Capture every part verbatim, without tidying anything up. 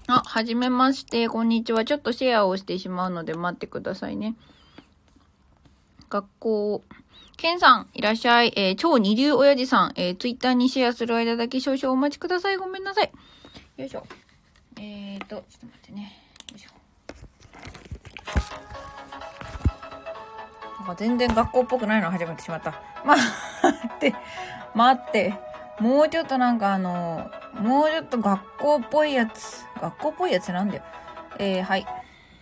あ、はじめまして、こんにちは。ちょっとシェアをしてしまうので待ってくださいね。学校。ケンさん、いらっしゃい。えー、超二流親父さん、えー、ツイッターにシェアする間だけ少々お待ちください。ごめんなさい。よいしょ。えーと、ちょっと待ってね。よいしょ。なんか全然学校っぽくないの始まってしまった。待って、待って。もうちょっとなんかあの、もうちょっと学校っぽいやつ。学校っぽいやつなんだよ。えー、はい。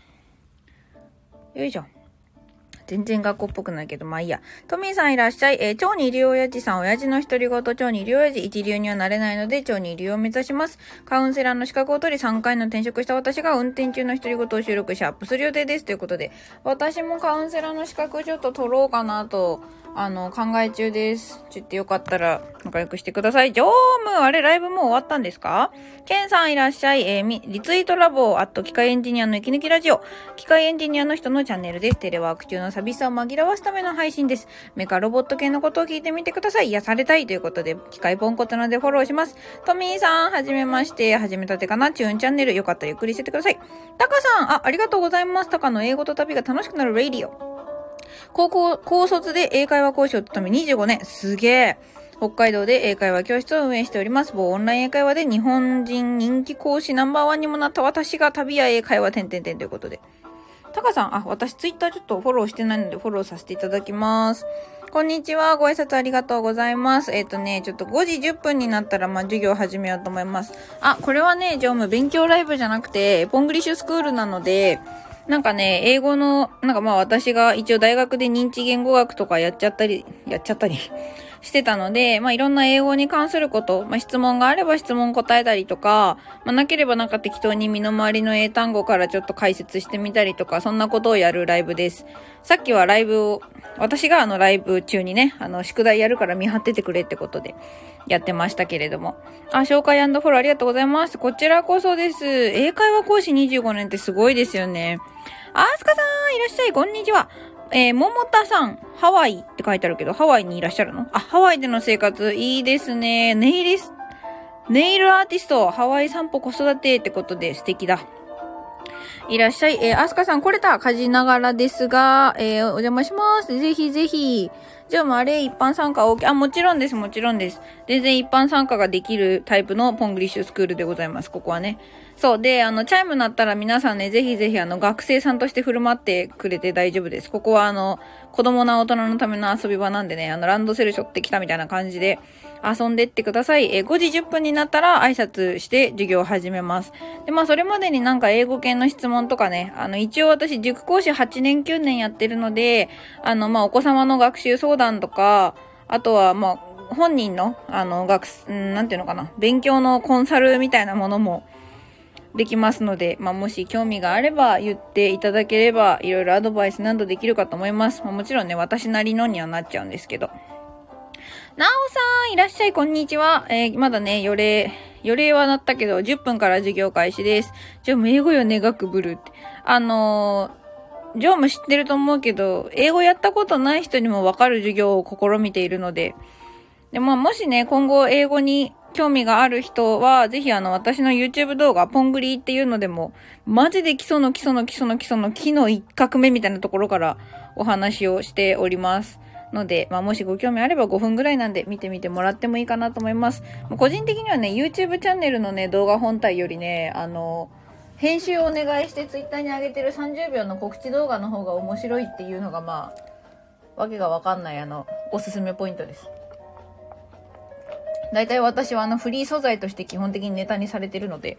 よいしょ。全然学校っぽくないけど、まあいいや。トミーさんいらっしゃい。えー、超二流親父さん、親父の独り言、超二流親父、一流にはなれないので、超二流を目指します。カウンセラーの資格を取り、さんかいの転職した私が運転中の独り言を収録し、アップする予定です。ということで、私もカウンセラーの資格ちょっと取ろうかなと、あの、考え中です。ちょっとよかったら、仲良くしてください。常務、あれ、ライブもう終わったんですか？ケンさんいらっしゃい。えー、リツイートラボ、あと、機械エンジニアの息抜きラジオ。機械エンジニアの人のチャンネルです。テレワーク中の寂しさを紛らわすための配信です。メカロボット系のことを聞いてみてください。癒されたいということで、機械ポンコツなのでフォローします。トミーさん、はじめまして。はじめたてかな？チューンチャンネル。よかったらゆっくりしててください。タカさん、あ、ありがとうございます。タカの英語と旅が楽しくなるレイディオ。高校、高卒で英会話講師を務めにじゅうごねん。すげえ。北海道で英会話教室を運営しております。某オンライン英会話で日本人人気講師ナンバーワンにもなった私が旅や英会話点々点ということで。タカさん、あ、私ツイッターちょっとフォローしてないのでフォローさせていただきます。こんにちは。ご挨拶ありがとうございます。えっとね、ちょっとごじじゅっぷんになったら、まあ、授業始めようと思います。あ、これはね、常務勉強ライブじゃなくて、ポングリッシュスクールなので、なんかね、英語の、なんかまあ私が一応大学で認知言語学とかやっちゃったり、やっちゃったりしてたので、まあいろんな英語に関すること、まあ質問があれば質問答えたりとか、まあなければなんか適当に身の回りの英単語からちょっと解説してみたりとか、そんなことをやるライブです。さっきはライブを、私があのライブ中にね、あの宿題やるから見張っててくれってことでやってましたけれども。あ、紹介&フォローありがとうございます。こちらこそです。英会話講師にじゅうごねんってすごいですよね。あすかさんいらっしゃい、こんにちは。えー、ももたさん、ハワイって書いてあるけど、ハワイにいらっしゃるの？あ、ハワイでの生活、いいですね。ネイリス、ネイルアーティスト、ハワイ散歩子育てってことで素敵だ。いらっしゃい。えー、アスカさん来れた。家事ながらですが、えー、お邪魔します。ぜひぜひ。じゃあもうあれ、一般参加 OK。あ、もちろんです、もちろんです。全然一般参加ができるタイプのポングリッシュスクールでございます。ここはね。そう。で、あの、チャイム鳴ったら皆さんね、ぜひぜひあの、学生さんとして振る舞ってくれて大丈夫です。ここはあの、子供な大人のための遊び場なんでね、あの、ランドセル背負ってきたみたいな感じで遊んでってください。えー、ごじじゅっぷんになったら挨拶して授業を始めます。で、まあ、それまでになんか英語系の質問とかね、あの、一応私塾講師はちねんきゅうねんやってるので、あの、まあ、お子様の学習相談とか、あとは、まあ、本人の、あの、学、んなんていうのかな、勉強のコンサルみたいなものもできますので、まあ、もし興味があれば言っていただければ、いろいろアドバイスなどできるかと思います。まあ、もちろんね、私なりのにはなっちゃうんですけど。なおさん、いらっしゃい、こんにちは。えー、まだね、予令、予令はなったけど、じゅっぷんから授業開始です。じゃあ、英語よね、学ブルって。あのー、常務知ってると思うけど、英語やったことない人にもわかる授業を試みているので、で、まあ、もしね、今後英語に興味がある人は、ぜひあの、私の YouTube 動画、ポングリーっていうのでも、マジで基礎の基礎の基礎の基礎の木の一画目みたいなところからお話をしております。ので、まあ、もしご興味あればごふんぐらいなんで見てみてもらってもいいかなと思います。個人的にはね、YouTube チャンネルのね、動画本体よりね、あの、編集をお願いして Twitter に上げてるさんじゅうびょうの告知動画の方が面白いっていうのがまあ、わけがわかんないあの、おすすめポイントです。だいたい私はあの、フリー素材として基本的にネタにされてるので。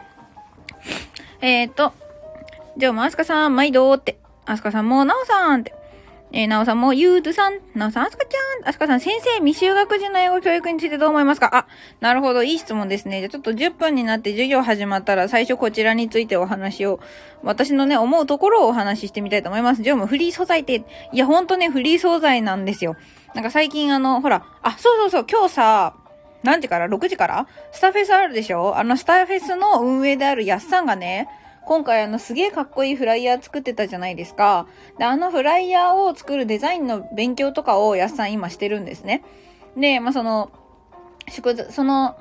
えーと、じゃあもうアスカさん、毎度って。アスカさんも、ナオさんって。えー、なおさんも、ゆうずさん、なおさん、あすかちゃん、あすかさん、先生、未就学児の英語教育についてどう思いますか？あ、なるほど、いい質問ですね。じゃあちょっとじゅっぷんになって授業始まったら、最初こちらについてお話を、私のね、思うところをお話ししてみたいと思います。じゃあもうフリー素材って、いや、ほんとね、フリー素材なんですよ。なんか最近あの、ほら、あ、そうそうそう、今日さ、何時から ?ろく 時からスタフェスあるでしょ？あの、スタフェスの運営であるやっさんがね、今回あのすげえかっこいいフライヤー作ってたじゃないですか。で、あのフライヤーを作るデザインの勉強とかをやっさん今してるんですね。で、まあ、その、宿、その、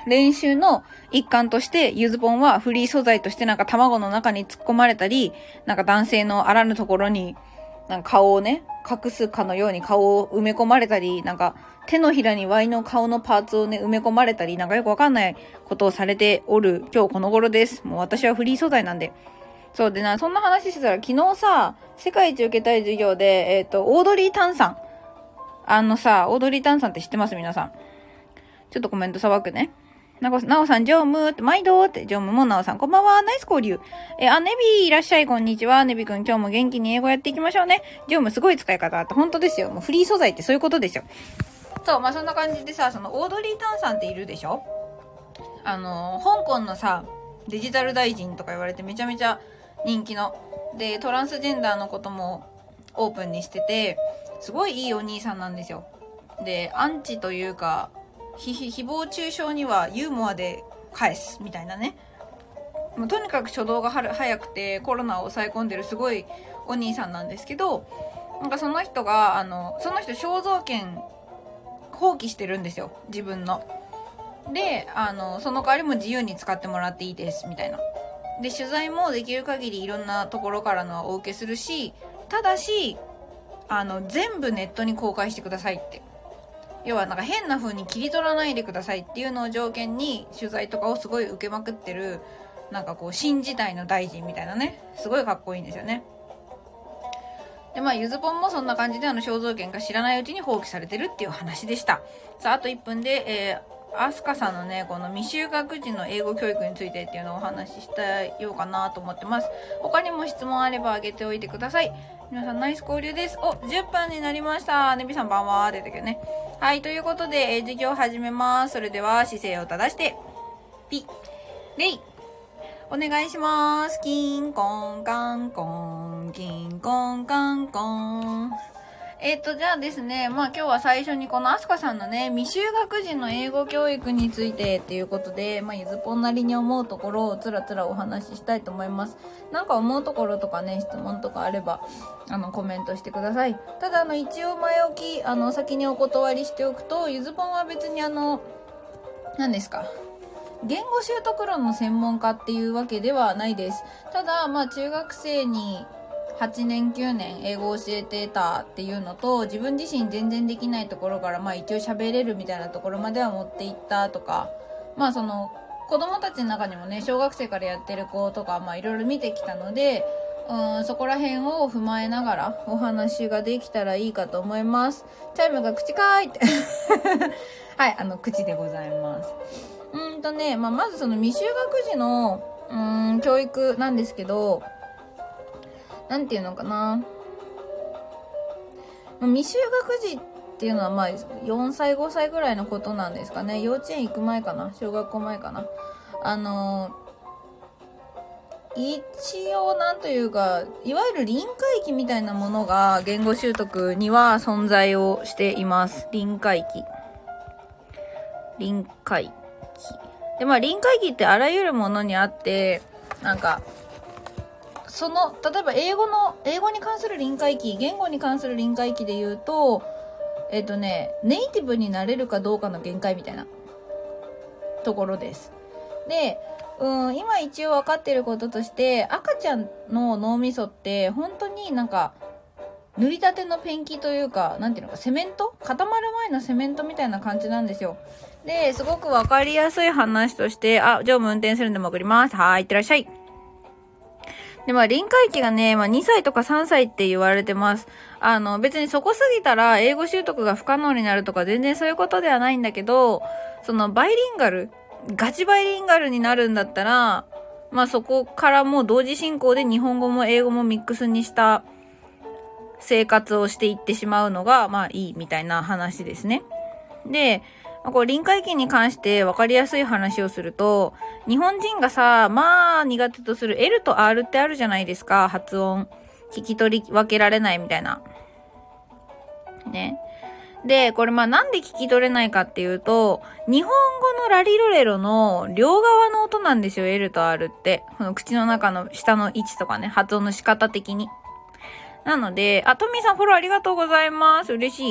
練習の一環として、ゆずぽんはフリー素材としてなんか卵の中に突っ込まれたり、なんか男性のあらぬところに、なんか顔をね、隠すかのように顔を埋め込まれたり、なんか手のひらにワイの顔のパーツをね、埋め込まれたり、なんかよくわかんないことをされておる今日この頃です。もう私はフリー素材なんで。そうでな、そんな話してたら昨日さ、世界一受けたい授業で、えっと、オードリー・タンさん。あのさ、オードリー・タンさんって知ってます皆さん。ちょっとコメントさばくね。なお、なおさん、ジョームって、毎度って、ジョームもなおさん、こんばんは、ナイス交流。え、あ、ネビーいらっしゃい、こんにちは。ネビくん、今日も元気に英語やっていきましょうね。ジョームすごい使い方あって、本当ですよ。もうフリー素材ってそういうことですよ。そう、まあそんな感じでさ、その、オードリー・タンさんっているでしょ？あの、香港のさ、デジタル大臣とか言われてめちゃめちゃ人気の。で、トランスジェンダーのこともオープンにしてて、すごいいいお兄さんなんですよ。で、アンチというか、ひひ誹謗中傷にはユーモアで返すみたいなね。もうとにかく初動が早くてコロナを抑え込んでるすごいお兄さんなんですけど、なんかその人があのその人肖像権放棄してるんですよ、自分の。で、あのその代わりも自由に使ってもらっていいですみたいな。で、取材もできる限りいろんなところからのお受けするし、ただしあの全部ネットに公開してくださいって。要はなんか変な風に切り取らないでくださいっていうのを条件に取材とかをすごい受けまくってる、なんかこう新時代の大臣みたいなね、すごいかっこいいんですよね。で、まあゆずぽんもそんな感じであの肖像権が知らないうちに放棄されてるっていう話でした。さあ、あといっぷんで、えー、アスカさんのね、この未就学児の英語教育についてっていうのをお話ししたようかなと思ってます。他にも質問あればあげておいてください。皆さんナイス交流です。お、じゅっぷんになりました。ネビさんばんはーって言ったけどね。はい、ということで、えー、授業を始めます。それでは姿勢を正して、ピッ、レイ、お願いします。キンコンカンコン、キンコンカンコン。えっと、じゃあですね、まあ今日は最初にこのアスカさんのね、未就学児の英語教育についてっていうことで、まあゆずぽんなりに思うところをつらつらお話ししたいと思います。なんか思うところとかね、質問とかあれば、あの、コメントしてください。ただ、あの、一応前置き、あの、先にお断りしておくと、ゆずぽんは別にあの、何ですか、言語習得論の専門家っていうわけではないです。ただ、まあ中学生にはちねんきゅうねん英語を教えてたっていうのと、自分自身全然できないところからまあ一応喋れるみたいなところまでは持っていったとか、まあその子供たちの中にもね、小学生からやってる子とかまあいろいろ見てきたので、うん、そこら辺を踏まえながらお話ができたらいいかと思います。チャイムが口かーいってはい、あの口でございます。うんとね、まあ、まずその未就学児のうーん教育なんですけど、なんていうのかな、未就学児っていうのはまあよんさいごさいぐらいのことなんですかね。幼稚園行く前かな、小学校前かな。あの一応なんというか、いわゆる臨界期みたいなものが言語習得には存在をしています。臨界期臨界期で、まあ臨界期ってあらゆるものにあって、なんかその例えば英語の英語に関する臨界期、言語に関する臨界期で言うと、えっとねネイティブになれるかどうかの限界みたいなところです。で、うん、今一応分かってることとして、赤ちゃんの脳みそって本当になんか塗りたてのペンキというか、なんていうのか、セメント固まる前のセメントみたいな感じなんですよ。で、すごく分かりやすい話として、あ、乗務運転するんでも送ります。はーい、いってらっしゃい。で、まあ、臨界期がね、まあ、にさいとかさんさいって言われてます。あの、別にそこ過ぎたら英語習得が不可能になるとか全然そういうことではないんだけど、そのバイリンガル、ガチバイリンガルになるんだったら、まあ、そこからもう同時進行で日本語も英語もミックスにした生活をしていってしまうのが、まあいいみたいな話ですね。で、こう臨界期に関して分かりやすい話をすると、日本人がさ、まあ苦手とする L と R ってあるじゃないですか。発音、聞き取り分けられないみたいな。ね。で、これまあなんで聞き取れないかっていうと、日本語のラリルレロの両側の音なんですよ、L と R って。この口の中の下の位置とかね、発音の仕方的に。なので、あ、トミーさんフォローありがとうございます。嬉しい。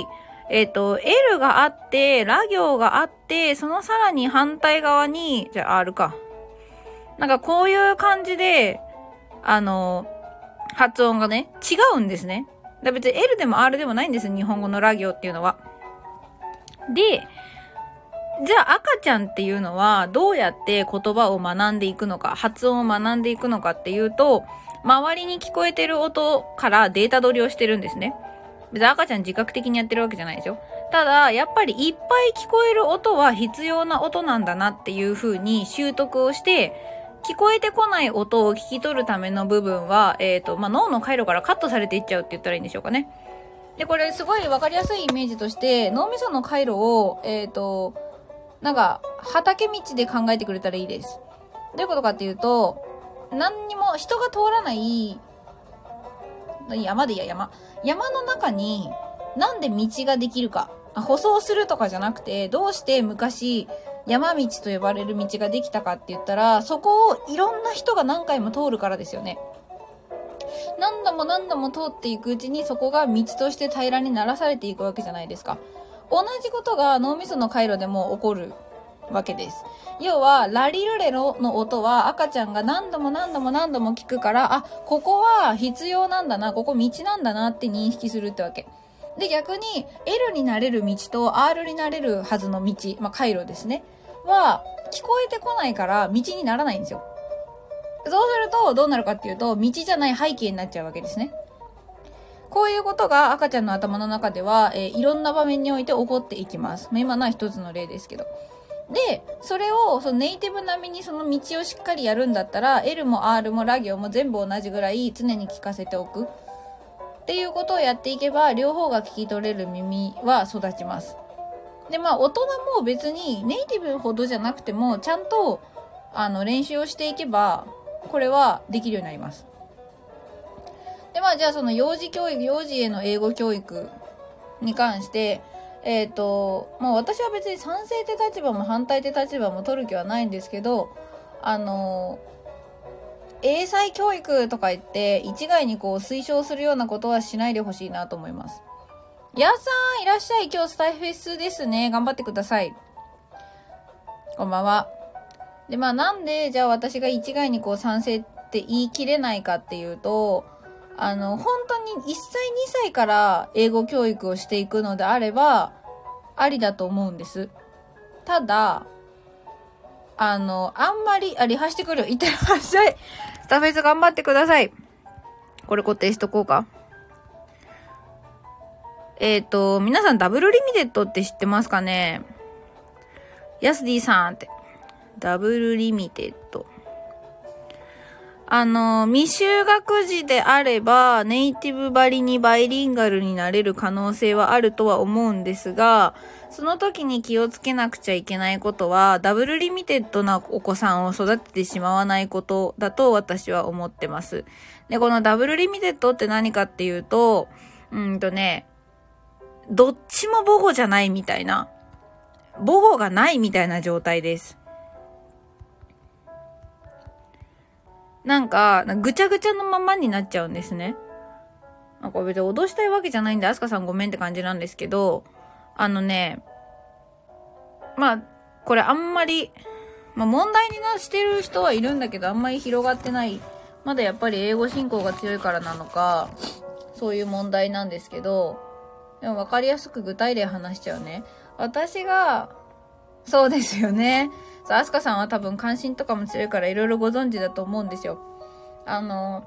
えっと、L があって、ラ行があって、そのさらに反対側に、じゃあ R か。なんかこういう感じで、あの、発音がね、違うんですね。だ別に L でも R でもないんですよ、日本語のラ行っていうのは。で、じゃあ赤ちゃんっていうのはどうやって言葉を学んでいくのか、発音を学んでいくのかっていうと、周りに聞こえてる音からデータ取りをしてるんですね。別に赤ちゃん自覚的にやってるわけじゃないですよ。ただ、やっぱりいっぱい聞こえる音は必要な音なんだなっていう風に習得をして、聞こえてこない音を聞き取るための部分は、えっと、まあ、脳の回路からカットされていっちゃうって言ったらいいんでしょうかね。で、これすごいわかりやすいイメージとして、脳みその回路を、えっと、なんか、畑道で考えてくれたらいいです。どういうことかっていうと、何にも人が通らない、山でいいや、山。山の中に、なんで道ができるか。舗装するとかじゃなくて、どうして昔、山道と呼ばれる道ができたかって言ったら、そこをいろんな人が何回も通るからですよね。何度も何度も通っていくうちにそこが道として平らにならされていくわけじゃないですか。同じことが脳みその回路でも起こるわけです。要はラリルレロの音は赤ちゃんが何度も何度も何度も聞くから、あ、ここは必要なんだな、ここ道なんだなって認識するってわけで、逆に L になれる道と R になれるはずの道、まあ、回路ですねは聞こえてこないから道にならないんですよ。そうするとどうなるかっていうと、道じゃない背景になっちゃうわけですね。こういうことが赤ちゃんの頭の中では、えー、いろんな場面において起こっていきます。まあ、今のは一つの例ですけど。で、それをそのネイティブ並みにその道をしっかりやるんだったら、L も R もラ行も全部同じぐらい常に聞かせておくっていうことをやっていけば、両方が聞き取れる耳は育ちます。で、まあ大人も別にネイティブほどじゃなくても、ちゃんとあの練習をしていけば、これはできるようになります。で、まあじゃあその幼児教育、幼児への英語教育に関して、えっと、まあ私は別に賛成って立場も反対って立場も取る気はないんですけど、あの、英才教育とか言って一概にこう推奨するようなことはしないでほしいなと思います。やーさんいらっしゃい。今日スタイフェスですね。頑張ってください。こんばんは。で、まあなんでじゃあ私が一概にこう賛成って言い切れないかっていうと、あの本当にいっさいにさいから英語教育をしていくのであればありだと思うんです。ただあのあんまりあリハしてくるいってらっしゃい。スタフェス頑張ってください。これ固定しとこうか。えっと皆さんダブルリミテッドって知ってますかね。ヤスディさんってダブルリミテッド、あの未就学児であればネイティブばりにバイリンガルになれる可能性はあるとは思うんですが、その時に気をつけなくちゃいけないことはダブルリミテッドなお子さんを育ててしまわないことだと私は思ってます。で、このダブルリミテッドって何かっていうと、うんとね、どっちも母語じゃないみたいな、母語がないみたいな状態です。なんか、ぐちゃぐちゃのままになっちゃうんですね。なんか別に脅したいわけじゃないんで、アスカさんごめんって感じなんですけど、あのね、まあ、これあんまり、まあ問題になしてる人はいるんだけど、あんまり広がってない。まだやっぱり英語信仰が強いからなのか、そういう問題なんですけど、でも分かりやすく具体例話しちゃうね。私が、そうですよね。アスカさんは多分関心とかも強いからいろいろご存知だと思うんですよ。あの、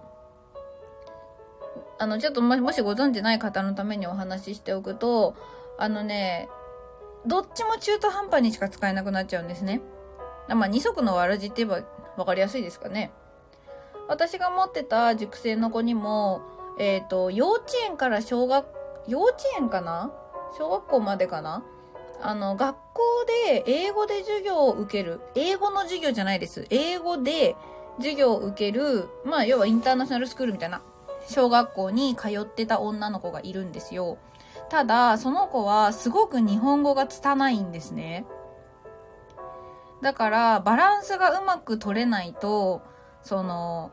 あの、ちょっとも、もしご存知ない方のためにお話ししておくと、あのね、どっちも中途半端にしか使えなくなっちゃうんですね。まあ、二足のわらじって言えばわかりやすいですかね。私が持ってた塾生の子にも、えっと、幼稚園から小学、幼稚園かな?小学校までかな?あの、学校で英語で授業を受ける。英語の授業じゃないです。英語で授業を受ける。まあ、要はインターナショナルスクールみたいな小学校に通ってた女の子がいるんですよ。ただ、その子はすごく日本語が拙いんですね。だから、バランスがうまく取れないと、その、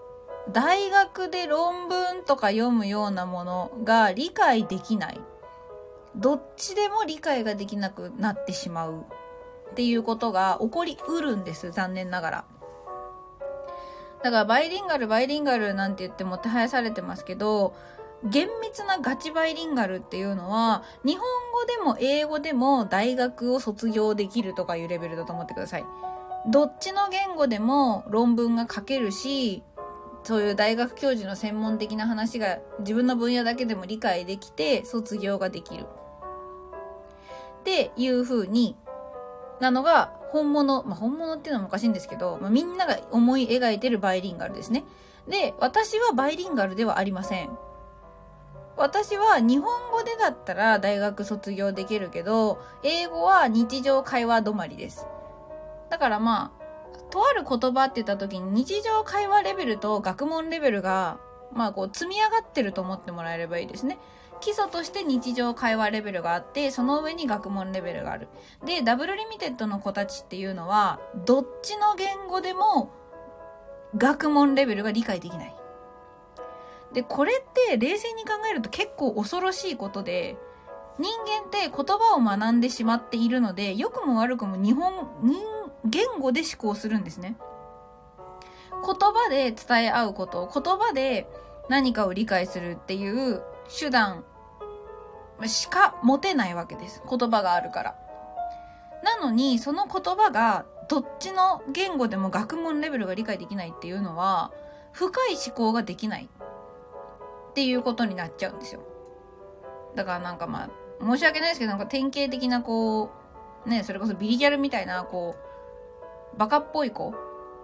大学で論文とか読むようなものが理解できない。 どっちでも理解ができなくなってしまうっていうことが起こりうるんです、残念ながら。だからバイリンガルバイリンガルなんて言ってもてはやされてますけど、厳密なガチバイリンガルっていうのは日本語でも英語でも大学を卒業できるとかいうレベルだと思ってください。どっちの言語でも論文が書けるし、そういう大学教授の専門的な話が自分の分野だけでも理解できて卒業ができるっていう風になのが本物、まあ、本物っていうのはおかしいんですけど、まあ、みんなが思い描いてるバイリンガルですね。で、私はバイリンガルではありません。私は日本語でだったら大学卒業できるけど、英語は日常会話止まりです。だからまあ、とある言葉って言った時に日常会話レベルと学問レベルが、まあこう積み上がってると思ってもらえればいいですね。基礎として日常会話レベルがあって、その上に学問レベルがある。で、ダブルリミテッドの子たちっていうのは、どっちの言語でも学問レベルが理解できない。で、これって冷静に考えると結構恐ろしいことで、人間って言葉を学んでしまっているので、良くも悪くも日本、人、言語で思考するんですね。言葉で伝え合うこと、言葉で何かを理解するっていう手段しか持てないわけです。言葉があるから。なのに、その言葉がどっちの言語でも学問レベルが理解できないっていうのは、深い思考ができないっていうことになっちゃうんですよ。だからなんかまあ、申し訳ないですけど、なんか典型的なこう、ね、それこそビリギャルみたいな、こう、バカっぽい子。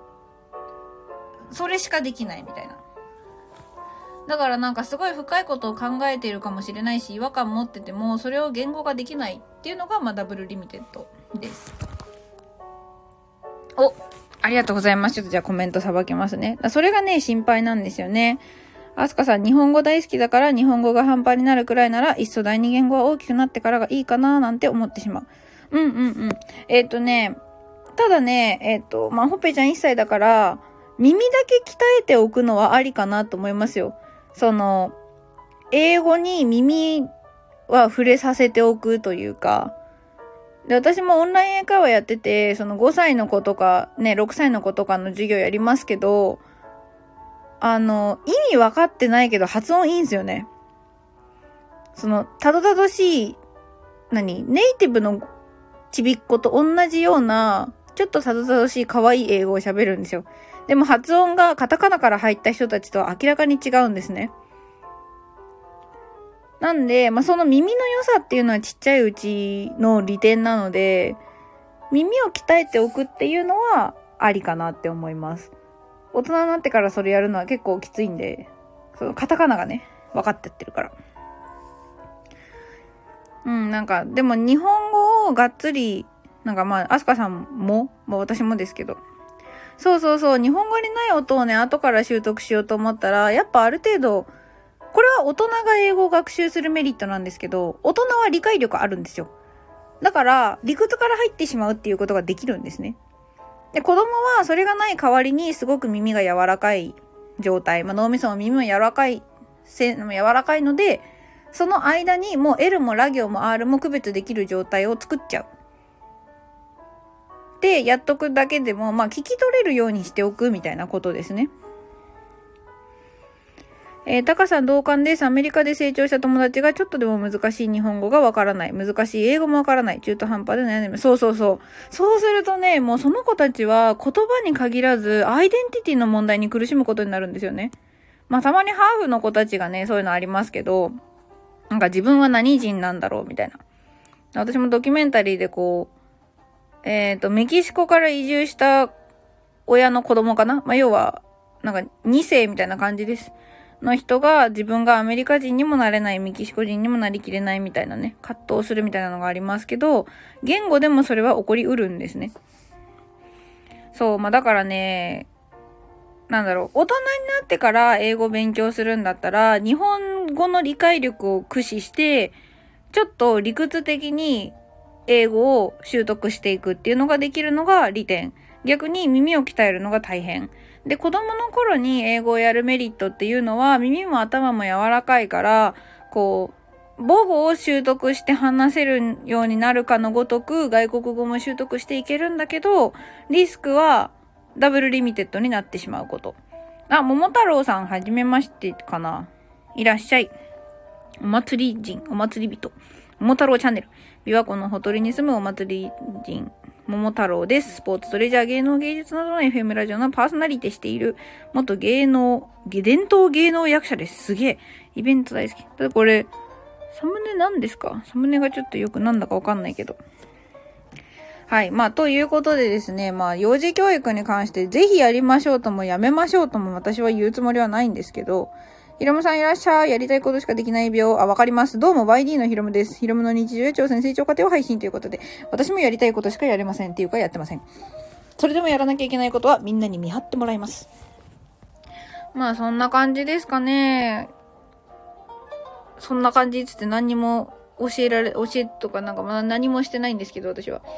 それしかできないみたいな。だからなんかすごい深いことを考えているかもしれないし、違和感持ってても、それを言語化できないっていうのが、まあ、ダブルリミテッドです。お、ありがとうございます。ちょっとじゃあコメントさばきますね。それがね、心配なんですよね。アスカさん、日本語大好きだから日本語が半端になるくらいなら、いっそ第二言語は大きくなってからがいいかななんて思ってしまう。うんうんうん。えっとね、ただね、えっと、まあ、ほっぺちゃんいっさいだから、耳だけ鍛えておくのはありかなと思いますよ。その、英語に耳は触れさせておくというか、で、私もオンライン英会話やってて、そのごさいの子とか、ね、ろくさいの子とかの授業やりますけど、あの、意味わかってないけど発音いいんすよね。その、たどたどしい、何ネイティブのちびっ子と同じような、ちょっとたどたどしい可愛い英語を喋るんですよ。でも発音がカタカナから入った人たちとは明らかに違うんですね。なんで、まあ、その耳の良さっていうのはちっちゃいうちの利点なので、耳を鍛えておくっていうのはありかなって思います。大人になってからそれやるのは結構きついんで、そのカタカナがね、分かってってるから。うん、なんか、でも日本語をがっつり、なんかまあ、アスカさんも、まあ私もですけど、そうそうそう、日本語にない音をね、後から習得しようと思ったら、やっぱある程度、これは大人が英語を学習するメリットなんですけど、大人は理解力あるんですよ。だから、理屈から入ってしまうっていうことができるんですね。で、子供はそれがない代わりに、すごく耳が柔らかい状態、まあ、脳みそも耳も柔らかい、柔らかいので、その間にもう L もラ行も R も区別できる状態を作っちゃう。で、やっとくだけでも、まあ、聞き取れるようにしておくみたいなことですね。えー、タカさん同感です。アメリカで成長した友達がちょっとでも難しい日本語がわからない。難しい英語もわからない。中途半端で悩んでる。そうそうそう。そうするとね、もうその子たちは言葉に限らず、アイデンティティの問題に苦しむことになるんですよね。まあ、たまにハーフの子たちがね、そういうのありますけど、なんか自分は何人なんだろうみたいな。私もドキュメンタリーでこう、えっと、メキシコから移住した親の子供かな、まあ、要は、なんかに世みたいな感じです。の人が自分がアメリカ人にもなれない、メキシコ人にもなりきれないみたいなね、葛藤するみたいなのがありますけど、言語でもそれは起こりうるんですね。そう、まあだからね、なんだろう、大人になってから英語を勉強するんだったら、日本語の理解力を駆使して、ちょっと理屈的に英語を習得していくっていうのができるのが利点。逆に耳を鍛えるのが大変。で、子供の頃に英語をやるメリットっていうのは、耳も頭も柔らかいから、こう、 母語を習得して話せるようになるかのごとく外国語も習得していけるんだけど、リスクはダブルリミテッドになってしまうこと。あ、桃太郎さんはじめましてかな。いらっしゃい。お祭り人、お祭り人。桃太郎チャンネル。琵琶湖のほとりに住むお祭り人、桃太郎です。スポーツ、トレジャー、芸能、芸術などの エフエム ラジオのパーソナリティしている元芸能、伝統芸能役者です。すげえ。イベント大好き。ただこれ、サムネ何ですか？サムネがちょっとよくなんだかわかんないけど。はい。まあ、ということでですね、まあ、幼児教育に関してぜひやりましょうともやめましょうとも私は言うつもりはないんですけど、ヒロムさんいらっしゃい。やりたいことしかできない病。あ、わかります。どうも ワイディー のヒロムです。ヒロムの日常や挑戦成長過程を配信ということで、私もやりたいことしかやれませんっていうかやってません。それでもやらなきゃいけないことはみんなに見張ってもらいます。まあ、そんな感じですかね。そんな感じつって何にも教えられ、教えとかなんかまあ何もしてないんですけど、私は。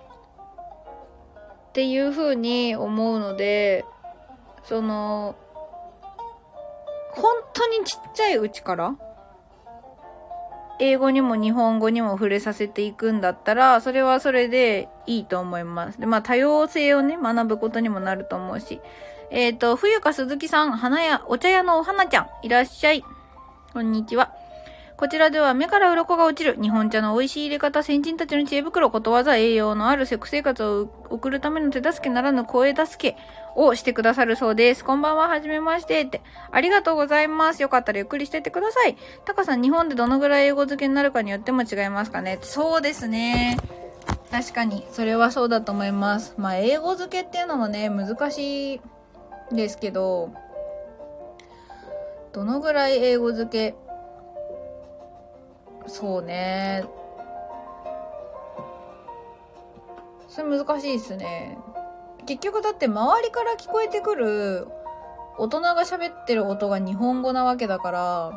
っていう風に思うので、その、本当にちっちゃいうちから英語にも日本語にも触れさせていくんだったら、それはそれでいいと思います。で、まあ多様性をね、学ぶことにもなると思うし。えっと、冬香鈴木さん、花屋、お茶屋のお花ちゃん、いらっしゃい。こんにちは。こちらでは目から鱗が落ちる日本茶の美味しい入れ方、先人たちの知恵袋、ことわざ、栄養のある食生活を送るための手助けならぬ声助けをしてくださるそうです。こんばんは、はじめましてって。ありがとうございます。よかったらゆっくりしてってください。タカさん、日本でどのぐらい英語漬けになるかによっても違いますかね。そうですね。確かに、それはそうだと思います。まあ、英語漬けっていうのもね、難しいですけど、どのぐらい英語漬け、そうね。それ難しいですね。結局だって周りから聞こえてくる大人が喋ってる音が日本語なわけだから、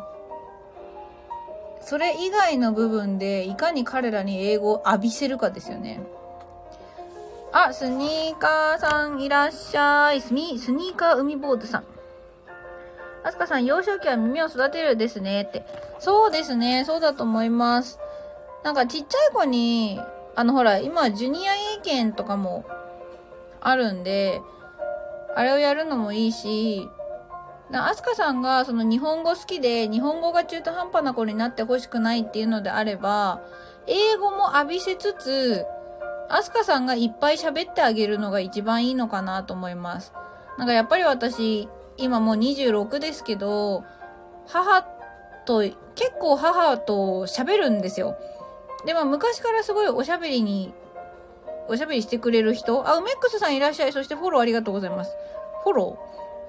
それ以外の部分でいかに彼らに英語を浴びせるかですよね。あ、スニーカーさんいらっしゃい。スニ、スニーカー海坊主さん。あすかさん、幼少期は耳を育てるですねって。そうですね。そうだと思います。なんかちっちゃい子に、あのほら、今ジュニア英検とかもあるんで、あれをやるのもいいし、あすかさんがその日本語好きで、日本語が中途半端な子になってほしくないっていうのであれば、英語も浴びせつつ、あすかさんがいっぱい喋ってあげるのが一番いいのかなと思います。なんかやっぱり私、今もうにじゅうろくですけど、母と、結構母と喋るんですよ。でも昔からすごいおしゃべりに、おしゃべりしてくれる人、あ、梅ックスさんいらっしゃい。そしてフォローありがとうございます。フォロ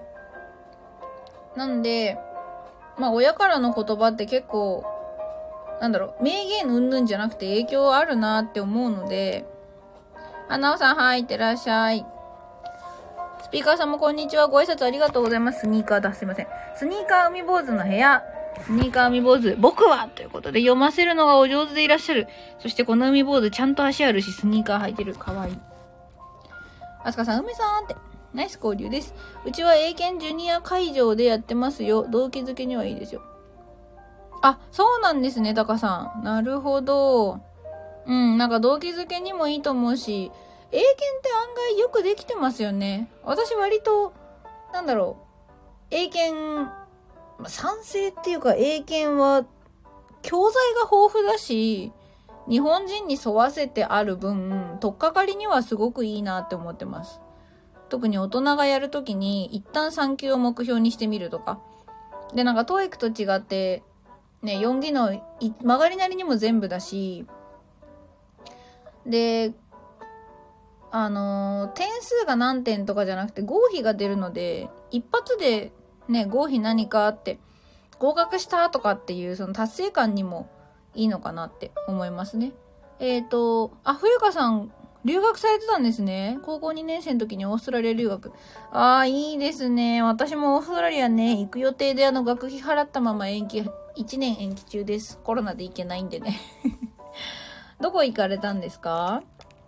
ーなんで、まあ親からの言葉って結構、なんだろう、名言うんぬんじゃなくて影響あるなって思うので、あ、なおさんはい、いってらっしゃい。スピーカーさんもこんにちは。ご挨拶ありがとうございます。スニーカーだ。すいません。スニーカー海坊主の部屋。スニーカー海坊主。僕はということで読ませるのがお上手でいらっしゃる。そしてこの海坊主ちゃんと足あるし、スニーカー履いてる。かわいい。あすかさん、梅さんって。ナイス交流です。うちは英検ジュニア会場でやってますよ。動機づけにはいいですよ。あ、そうなんですね、タカさん。なるほど。うん、なんか動機づけにもいいと思うし、英検って案外よくできてますよね。私割と、なんだろう、英検、賛成っていうか英検は、教材が豊富だし、日本人に沿わせてある分、取っかかりにはすごくいいなって思ってます。特に大人がやるときに、一旦さん級を目標にしてみるとか。で、なんか トーイック と違って、ね、よん技能、曲がりなりにも全部だし、で、あのー、点数が何点とかじゃなくて合否が出るので、一発でね、合否何かあって、合格したとかっていうその達成感にもいいのかなって思いますね。えっと、あ、冬香さん、留学されてたんですね。高校にねん生の時にオーストラリア留学。ああ、いいですね。私もオーストラリアね、行く予定であの学費払ったまま延期、いちねん延期中です。コロナで行けないんでね。どこ行かれたんですか？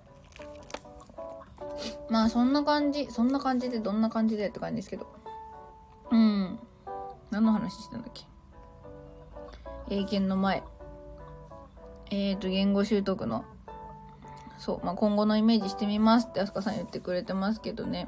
まあそんな感じ、そんな感じでどんな感じでって感じですけど。うん。何の話してたんだっけ？英検の前。 えーと、言語習得の、そう、まあ、今後のイメージしてみますって、あすかさん言ってくれてますけどね。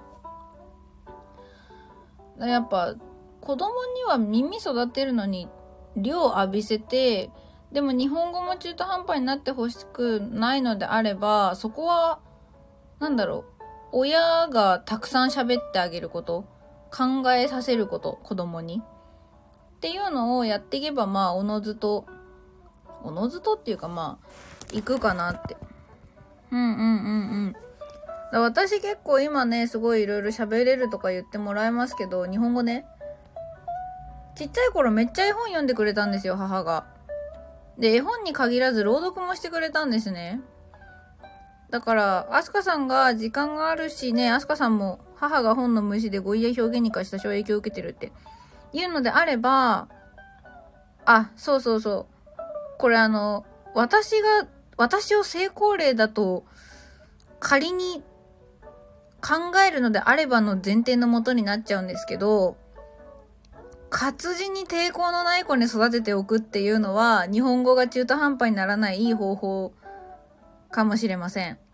やっぱ、子供には耳育てるのに、量浴びせて、でも日本語も中途半端になってほしくないのであれば、そこは、なんだろう、親がたくさん喋ってあげること、考えさせること、子供に。っていうのをやっていけば、まあ、おのずと、おのずとっていうかまあ、行くかなって。うんうんうんうん。だ私結構今ね、すごいいろいろ喋れるとか言ってもらえますけど、日本語ね、ちっちゃい頃めっちゃ絵本読んでくれたんですよ、母が。で、絵本に限らず朗読もしてくれたんですね。だから、アスカさんが時間があるしね、アスカさんも母が本の虫で語彙や表現に関して多少影響を受けてるっていうのであれば、あ、そうそうそう。これあの、私が、私を成功例だと仮に考えるのであればの前提のもとになっちゃうんですけど、活字に抵抗のない子に育てておくっていうのは、日本語が中途半端にならないいい方法かもしれません。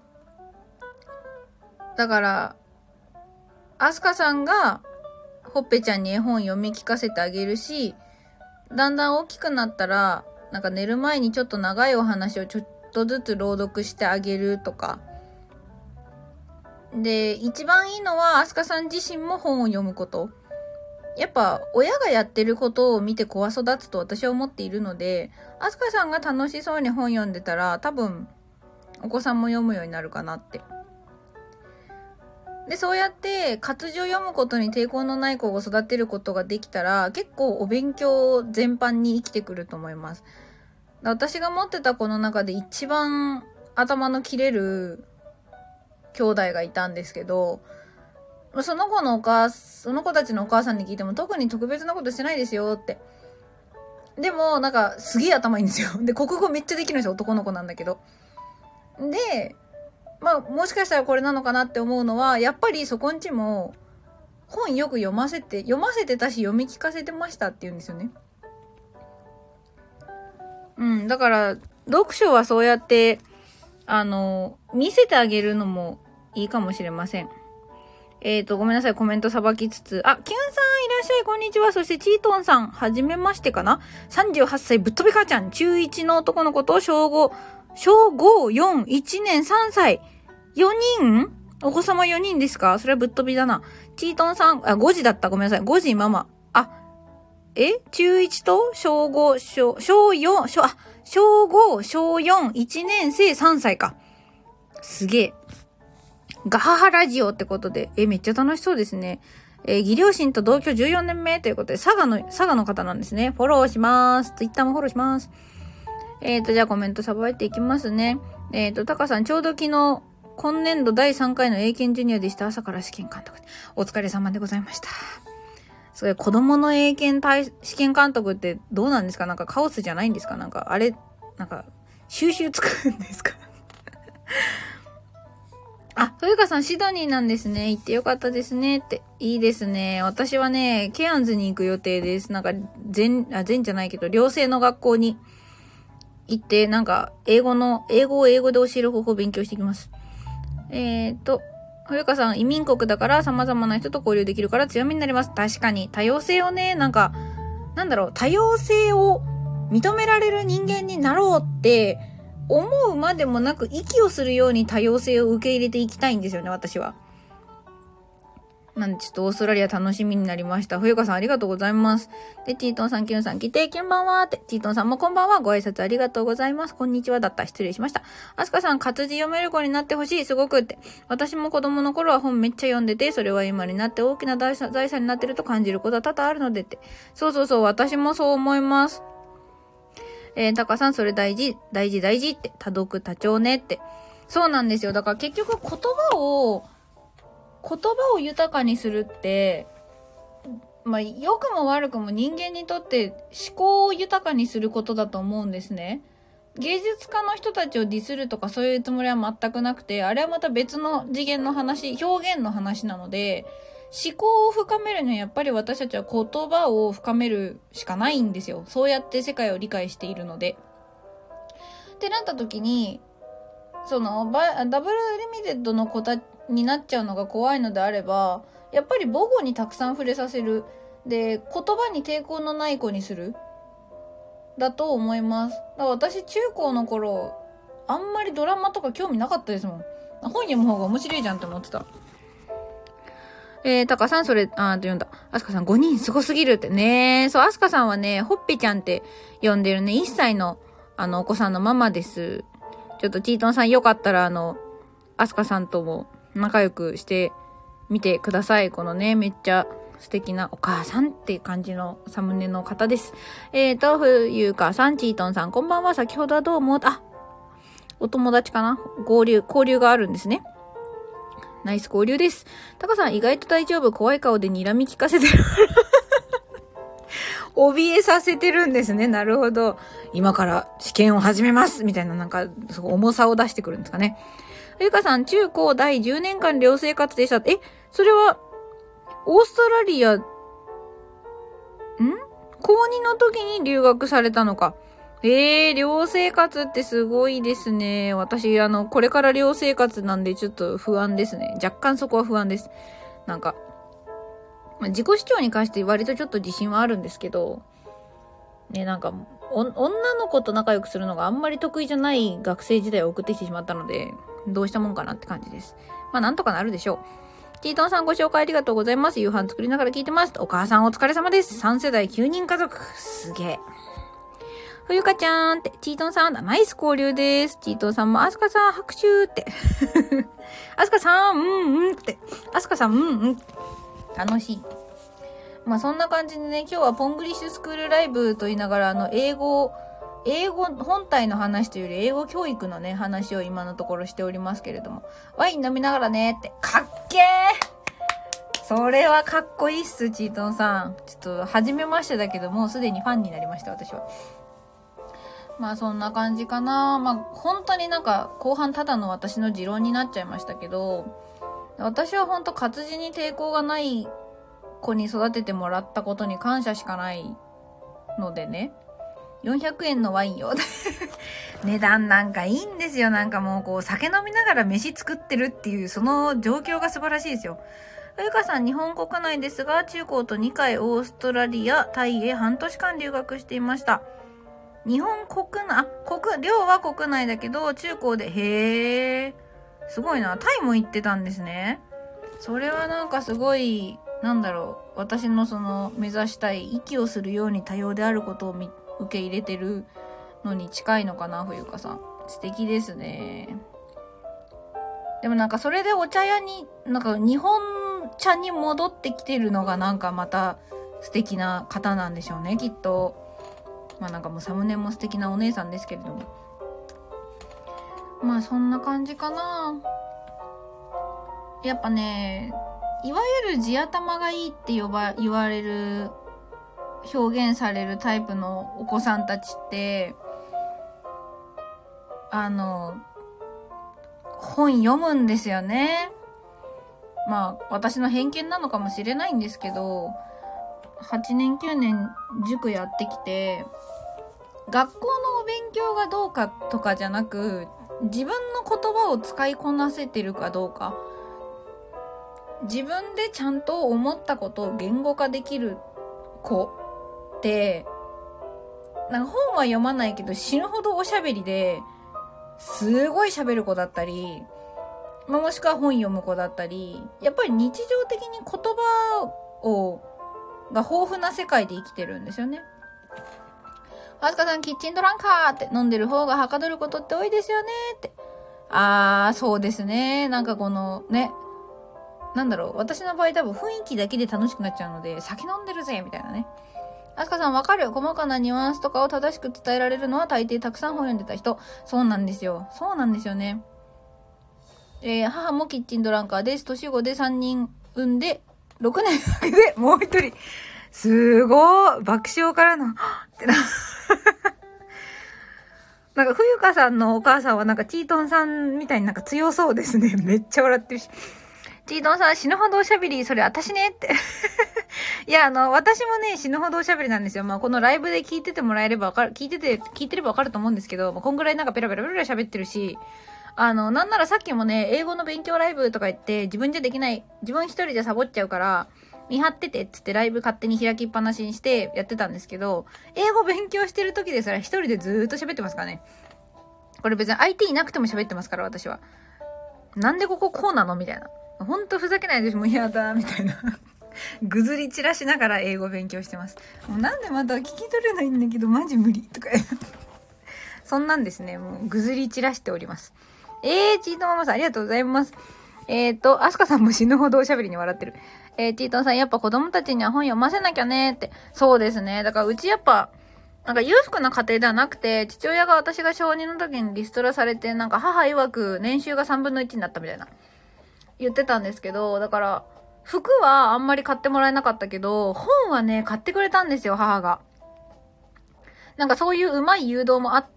だから、アスカさんがほっぺちゃんに絵本読み聞かせてあげるし、だんだん大きくなったら、なんか寝る前にちょっと長いお話をちょっとずつ朗読してあげるとか。で、一番いいのはアスカさん自身も本を読むこと。やっぱ親がやってることを見て子は育つと私は思っているので、アスカさんが楽しそうに本読んでたら多分お子さんも読むようになるかなって。で、そうやって活字を読むことに抵抗のない子を育てることができたら、結構お勉強全般に生きてくると思います。私が持ってた子の中で一番頭の切れる兄弟がいたんですけど、その子のお母、その子たちのお母さんに聞いても特に特別なことしてないですよって。でも、なんかすげえ頭いいんですよ。で、国語めっちゃできるんですよ。男の子なんだけど。で、まあ、もしかしたらこれなのかなって思うのは、やっぱりそこんちも本よく読ませて、読ませてたし読み聞かせてましたって言うんですよね。うん、だから、読書はそうやって、あの、見せてあげるのもいいかもしれません。えーと、ごめんなさい、コメントさばきつつ。あ、キュンさんいらっしゃい、こんにちは。そしてチートンさん、はじめましてかな ?さんじゅうはっさいぶっ飛び母ちゃん、中いちの男の子と小ご、小ご、よん、いちねん、さんさい。よにんお子様よにんですか？それはぶっ飛びだな。チートンさん、あ、ごじだった。ごめんなさい。ごじママ。あ、え中いちと小ご、小、小よん、小、あ、小ご、小よん、いちねん生さんさいか。すげえ。ガハハラジオってことで、え、めっちゃ楽しそうですね。えー、義両親と同居じゅうよねんめということで、佐賀の、佐賀の方なんですね。フォローします。ツイッターもフォローします。えーと、じゃあコメントさばいていきますね。えーと、タカさん、ちょうど昨日、今年度だいさんかいの英検ジュニアでした。朝から試験監督。お疲れ様でございました。すごい、子供の英検対試験監督ってどうなんですか？なんかカオスじゃないんですか？なんか、あれ、なんか、収集つくんですか？あ、ふゆかさん、シドニーなんですね。行ってよかったですね。って。いいですね。私はね、ケアンズに行く予定です。なんか、全、あ、全じゃないけど、寮生の学校に行って、なんか、英語の、英語を英語で教える方法を勉強してきます。えーと、ふゆかさん、移民国だから様々な人と交流できるから強みになります。確かに、多様性をね、なんか、なんだろう、多様性を認められる人間になろうって、思うまでもなく息をするように多様性を受け入れていきたいんですよね、私は。なんでちょっとオーストラリア楽しみになりました。冬香さんありがとうございます。で、チートンさん、キュンさん来て、こんばんはって。チートンさんもこんばんは。ご挨拶ありがとうございます。こんにちはだった。失礼しました。アスカさん、活字読める子になってほしい。すごくって。私も子供の頃は本めっちゃ読んでて、それは今になって大きな財産になってると感じることは多々あるのでって。そうそうそう、私もそう思います。えー、タカさん、それ大事、大事、大事って、多読多聴ねって。そうなんですよ。だから結局言葉を、言葉を豊かにするって、まあ、良くも悪くも人間にとって思考を豊かにすることだと思うんですね。芸術家の人たちをディスるとかそういうつもりは全くなくて、あれはまた別の次元の話、表現の話なので、思考を深めるにはやっぱり私たちは言葉を深めるしかないんですよ。そうやって世界を理解しているので。 ってなった時に、そのバダブルリミテッドの子たになっちゃうのが怖いのであれば、やっぱり母語にたくさん触れさせる。で、言葉に抵抗のない子にする。だと思います。だから私中高の頃、あんまりドラマとか興味なかったですもん。本読む方が面白いじゃんって思ってた。えー、タカさん、それ、あーと読んだ。アスカさん、ごにんすごすぎるって。ねー、そう、アスカさんはね、ほっぺちゃんって呼んでるね、いっさいの、あの、お子さんのママです。ちょっとチートンさんよかったら、あの、アスカさんとも仲良くしてみてください。このね、めっちゃ素敵なお母さんっていう感じのサムネの方です。えーと、ふゆかさん、チートンさん、こんばんは。先ほどはどうも、あ、お友達かな合流、交流があるんですね。ナイス交流です。タカさん、意外と大丈夫。怖い顔で睨み聞かせてる。怯えさせてるんですね。なるほど。今から試験を始めます。みたいな、なんか、すごい重さを出してくるんですかね。ゆかさん、中高大じゅうねんかん寮生活でした。え、それは、オーストラリア、ん高にの時に留学されたのか。えー、寮生活ってすごいですね。私、あの、これから寮生活なんでちょっと不安ですね。若干そこは不安です。なんか、自己主張に関して割とちょっと自信はあるんですけど、ね、なんか、女の子と仲良くするのがあんまり得意じゃない学生時代を送ってきてしまったので、どうしたもんかなって感じです。まあ、なんとかなるでしょう。チートンさんご紹介ありがとうございます。夕飯作りながら聞いてます。お母さんお疲れ様です。さん世代きゅうにん家族。すげえ。ふゆかちゃんって、チートンさん、ナイス交流です。チートンさんも、アスカさん拍手って。アスカさん、うんうんって。アスカさん、うんうん。楽しい。まあそんな感じでね、今日はポングリッシュスクールライブと言いながら、あの、英語、英語本体の話というより、英語教育のね、話を今のところしておりますけれども。ワイン飲みながらねって、かっけー！それはかっこいいっす、チートンさん。ちょっと、初めましてだけど、もうすでにファンになりました、私は。まあそんな感じかな。まあ本当になんか後半ただの私の持論になっちゃいましたけど、私は本当活字に抵抗がない子に育ててもらったことに感謝しかないのでね。よんひゃくえんのワインよ。値段なんかいいんですよ。なんかもうこう酒飲みながら飯作ってるっていうその状況が素晴らしいですよ。ゆかさん、日本国内ですが中高とにかいオーストラリア、タイへ半年間留学していました。日本国内、あ、国、寮は国内だけど、中高で、へー。すごいな。タイも行ってたんですね。それはなんかすごい、なんだろう。私のその、目指したい、息をするように多様であることをみ受け入れてるのに近いのかな、冬香さん。素敵ですね。でもなんかそれでお茶屋に、なんか日本茶に戻ってきてるのがなんかまた素敵な方なんでしょうね、きっと。まあなんかもうサムネも素敵なお姉さんですけれども。まあそんな感じかな。やっぱね、いわゆる地頭がいいって呼ば、言われる、表現されるタイプのお子さんたちって、あの、本読むんですよね。まあ私の偏見なのかもしれないんですけど、はちねんきゅうねん塾やってきて、学校のお勉強がどうかとかじゃなく、自分の言葉を使いこなせてるかどうか、自分でちゃんと思ったことを言語化できる子って、なんか本は読まないけど死ぬほどおしゃべりで、すごい喋る子だったり、まあ、もしくは本読む子だったり、やっぱり日常的に言葉をが豊富な世界で生きてるんですよね。あすかさん、キッチンドランカーって飲んでる方がはかどることって多いですよねって。あー、そうですね。なんかこのね、なんだろう、私の場合多分雰囲気だけで楽しくなっちゃうので、酒飲んでるぜみたいなね。あすかさん、わかる。細かなニュアンスとかを正しく伝えられるのは大抵たくさん本読んでた人。そうなんですよ。そうなんですよね。えー、母もキッチンドランカーです。年子でさんにん産んで、ろくねんだけでもう一人。すごー、爆笑からのってななんか冬香さんのお母さんはなんかチートンさんみたいになんか強そうですね。めっちゃ笑ってるし。チートンさん死ぬほどおしゃべり、それ私ねっていや、あの、私もね、死ぬほどおしゃべりなんですよ。まあ、このライブで聞いててもらえればわかる、聞いてて、聞いてればわかると思うんですけど、まあ、こんぐらいなんかペラペラペラペラ喋ってるし、あの、なんならさっきもね、英語の勉強ライブとか言って、自分じゃできない、自分一人じゃサボっちゃうから、見張っててっつってライブ勝手に開きっぱなしにしてやってたんですけど、英語勉強してる時ですら一人でずーっと喋ってますからね。これ別に相手いなくても喋ってますから、私は。なんでこここうなのみたいな。ほんとふざけないでしょ、もう嫌だ、みたいな。ぐずり散らしながら英語勉強してます。もうなんでまた聞き取れないんだけど、マジ無理とか。そんなんですね、もうぐずり散らしております。えー、チートママさんありがとうございます。えーと、アスカさんも死ぬほどおしゃべりに笑ってる。えー、ティートンさん、やっぱ子供たちには本読ませなきゃねって。そうですね。だからうちやっぱ、なんか裕福な家庭ではなくて、父親が私が小にの時にリストラされて、なんか母曰く年収がさんぶんのいちになったみたいな。言ってたんですけど、だから、服はあんまり買ってもらえなかったけど、本はね、買ってくれたんですよ、母が。なんかそういううまい誘導もあって、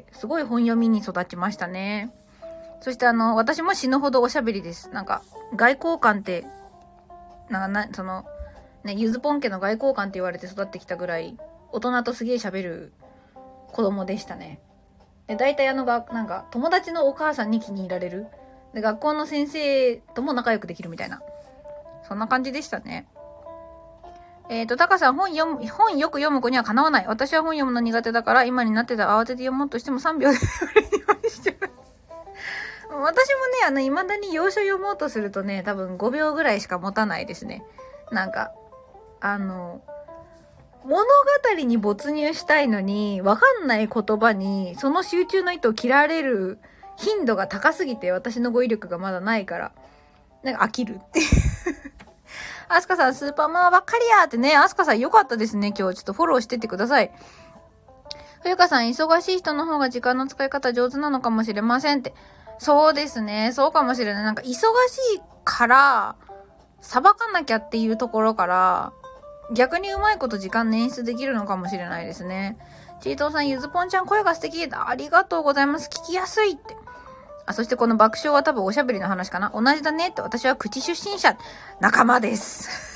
すごい本読みに育ちましたね。そしてあの、私も死ぬほどおしゃべりです。なんか、外交官って、なんかな、その、ね、ゆずぽん家の外交官って言われて育ってきたぐらい、大人とすげえ喋る子供でしたね。で、大体あのが、なんか、友達のお母さんに気に入られる。で、学校の先生とも仲良くできるみたいな。そんな感じでしたね。えっと、タカさん、本読む、本よく読む子にはかなわない。私は本読むの苦手だから、今になってたら慌てて読もうとしてもさんびょうで読めるようにしちゃう。私もね、あの、未だに要所読もうとするとね、多分ごびょうぐらいしか持たないですね。なんか、あの、物語に没入したいのに、わかんない言葉に、その集中の糸を切られる頻度が高すぎて、私の語彙力がまだないから、なんか飽きるっていう。アスカさん、スーパーママばっかりやってね。アスカさん、よかったですね。今日ちょっとフォローしてってください。冬香さん、忙しい人の方が時間の使い方上手なのかもしれませんって。そうですね。そうかもしれない。なんか、忙しいから、さばかなきゃっていうところから、逆にうまいこと時間捻出できるのかもしれないですね。チートーさん、ゆずぽんちゃん声が素敵だ。ありがとうございます。聞きやすいって。あ、そしてこの爆笑は多分おしゃべりの話かな。同じだねって。私は口出身者。仲間です。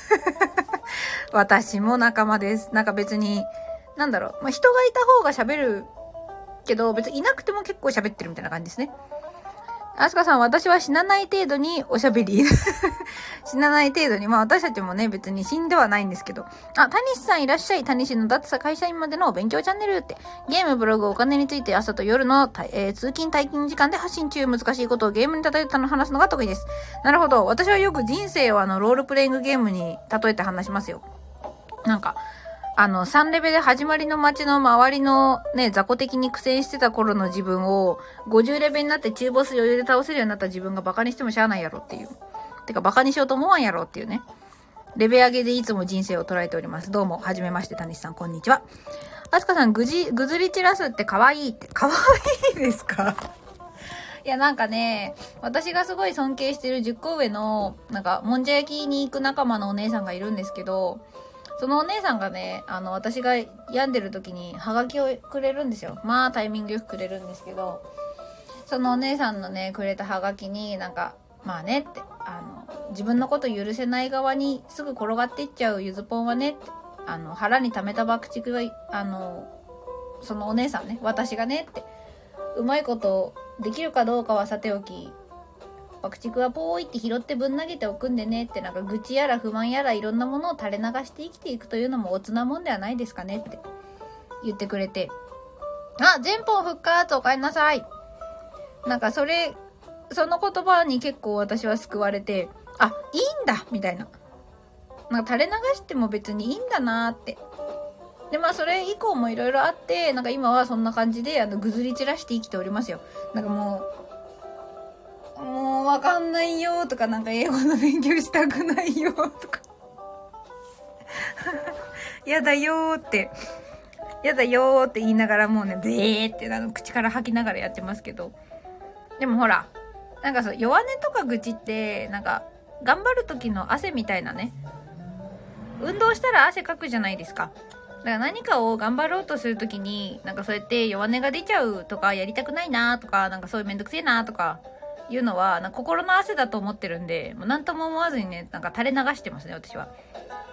私も仲間です。なんか別に、なんだろう。まあ、人がいた方が喋るけど、別にいなくても結構喋ってるみたいな感じですね。アスカさん、私は死なない程度におしゃべり。死なない程度に。まあ私たちもね、別に死んではないんですけど。あ、タニシさんいらっしゃい。タニシの脱サ会社員までのお勉強チャンネルって。ゲーム、ブログ、お金について朝と夜の、えー、通勤退勤時間で発信中。難しいことをゲームに例えて話すのが得意です。なるほど。私はよく人生をあの、ロールプレイングゲームに例えて話しますよ。なんか、あの、さんレベで始まりの街の周りのね、雑魚的に苦戦してた頃の自分を、ごじゅうレベになって中ボス余裕で倒せるようになった自分がバカにしてもしゃあないやろっていう。てか、バカにしようと思わんやろっていうね。レベ上げでいつも人生を捉えております。どうも、はじめまして、たにしさん、こんにちは。あすかさん、ぐじ、ぐずり散らすって可愛いって、可愛いですか？いや、なんかね、私がすごい尊敬してるじゅっこ上の、なんか、もんじゃ焼きに行く仲間のお姉さんがいるんですけど、そのお姉さんがね、あの、私が病んでる時にハガキをくれるんですよ。まあ、タイミングよくくれるんですけど、そのお姉さんのね、くれたハガキになんか、まあねって、あの、自分のこと許せない側にすぐ転がっていっちゃうゆずぽんはねって、あの、腹に溜めた爆竹は、あの、そのお姉さんね、私がねって、うまいことできるかどうかはさておき、爆竹はポーイって拾ってぶん投げておくんでねって、なんか愚痴やら不満やらいろんなものを垂れ流して生きていくというのもおつなもんではないですかねって言ってくれて、あ、全本復活おかえりなさい。なんかそれ、その言葉に結構私は救われて、あ、いいんだみたいな。なんか垂れ流しても別にいいんだなーって。で、まあそれ以降もいろいろあって、なんか今はそんな感じであのぐずり散らして生きておりますよ。なんかもう、もうわかんないよとか、なんか英語の勉強したくないよとかやだよって、やだよって言いながらもうね、ベーってあの口から吐きながらやってますけど。でもほら、なんかそう、弱音とか愚痴って、なんか、頑張る時の汗みたいなね。運動したら汗かくじゃないですか。だから何かを頑張ろうとするときに、なんかそうやって弱音が出ちゃうとか、やりたくないなとか、なんかそういうめんどくせえなとか、いうのは、なんか心の汗だと思ってるんで、もう何とも思わずにね、なんか垂れ流してますね、私は。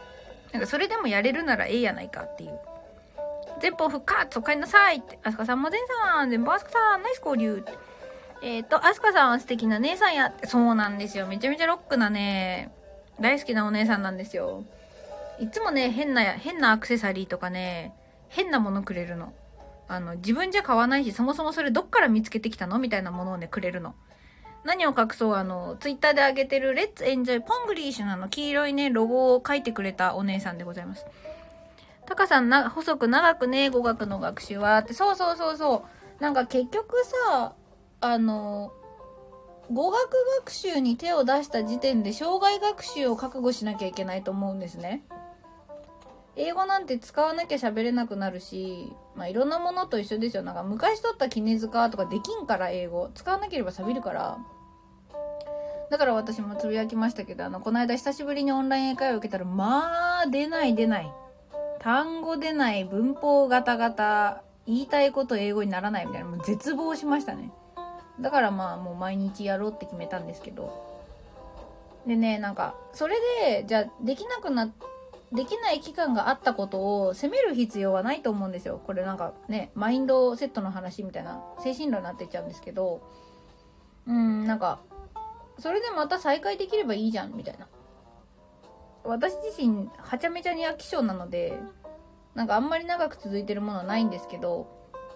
なんかそれでもやれるならええやないかっていう。前方復活お帰りなさいって。アスカさんも前さん、前方アスカさん、ナイス交流って。えっ、ー、と、アスカさんは素敵な姉さんやって。そうなんですよ。めちゃめちゃロックなね、大好きなお姉さんなんですよ。いつもね、変な、変なアクセサリーとかね、変なものくれるの。あの、自分じゃ買わないし、そもそもそれどっから見つけてきたのみたいなものをね、くれるの。何を隠そう、あの、ツイッターで上げてる、レッツエンジョイポングリッシュのあの、黄色いね、ロゴを書いてくれたお姉さんでございます。タカさんな、細く長くね、語学の学習はって、そうそうそうそう。なんか結局さ、あの、語学学習に手を出した時点で障害学習を覚悟しなきゃいけないと思うんですね。英語なんて使わなきゃ喋れなくなるし、まあいろんなものと一緒ですよ。なんか昔取った絹塚とかできんから英語。使わなければ錆びるから。だから私もつぶやきましたけど、あの、この間久しぶりにオンライン英会話を受けたら、まあ、出ない出ない。単語出ない、文法ガタガタ、言いたいこと英語にならないみたいな、もう絶望しましたね。だからまあもう毎日やろうって決めたんですけど。でね、なんか、それで、じゃあできなくな、できない期間があったことを責める必要はないと思うんですよ。これなんかね、マインドセットの話みたいな、精神論になっていっちゃうんですけど、うん、なんか、それでまた再開できればいいじゃん、みたいな。私自身、はちゃめちゃに飽き性なので、なんかあんまり長く続いてるものはないんですけど、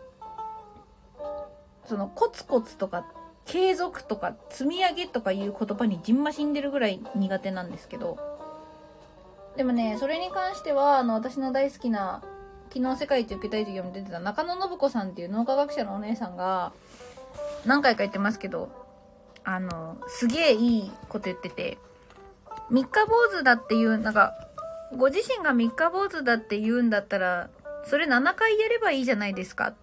そのコツコツとか継続とか積み上げとかいう言葉にじんましんでるぐらい苦手なんですけど、でもね、それに関してはあの私の大好きな昨日世界一受けたい授業に出てた中野信子さんっていう脳科学者のお姉さんが何回か言ってますけど、あのすげえいいこと言ってて、三日坊主だっていう、なんかご自身が三日坊主だって言うんだったらそれななかいやればいいじゃないですかって。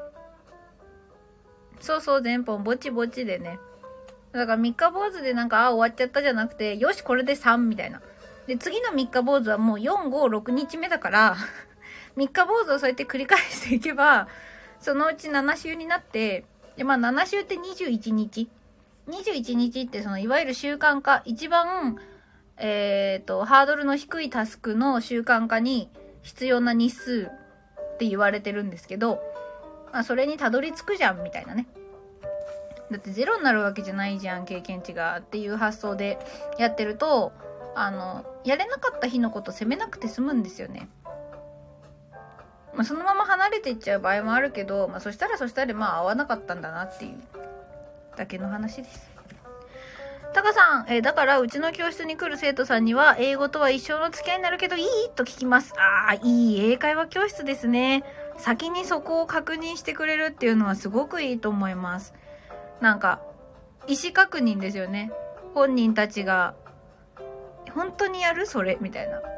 そうそう、前本ぼちぼちでね。だから三日坊主でなんか、あ、終わっちゃったじゃなくて、よし、これでさんみたいな。で、次の三日坊主はもうよん、ご、ろくにちめだから、三日坊主をそうやって繰り返していけば、そのうちなな週になって、で、まあなな週ってにじゅういちにち。にじゅういちにちってその、いわゆる習慣化、一番、えっと、ハードルの低いタスクの習慣化に必要な日数って言われてるんですけど、まあ、それにたどり着くじゃんみたいなね。だってゼロになるわけじゃないじゃん、経験値がっていう発想でやってると、あのやれなかった日のこと責めなくて済むんですよね。まあ、そのまま離れていっちゃう場合もあるけど、まあ、そしたらそしたらまあ合わなかったんだなっていうだけの話です。タカさん、えー、だからうちの教室に来る生徒さんには英語とは一生の付き合いになるけどいいと聞きます。ああ、いい英会話教室ですね。先にそこを確認してくれるっていうのはすごくいいと思います。なんか意思確認ですよね。本人たちが本当にやるそれみたいな。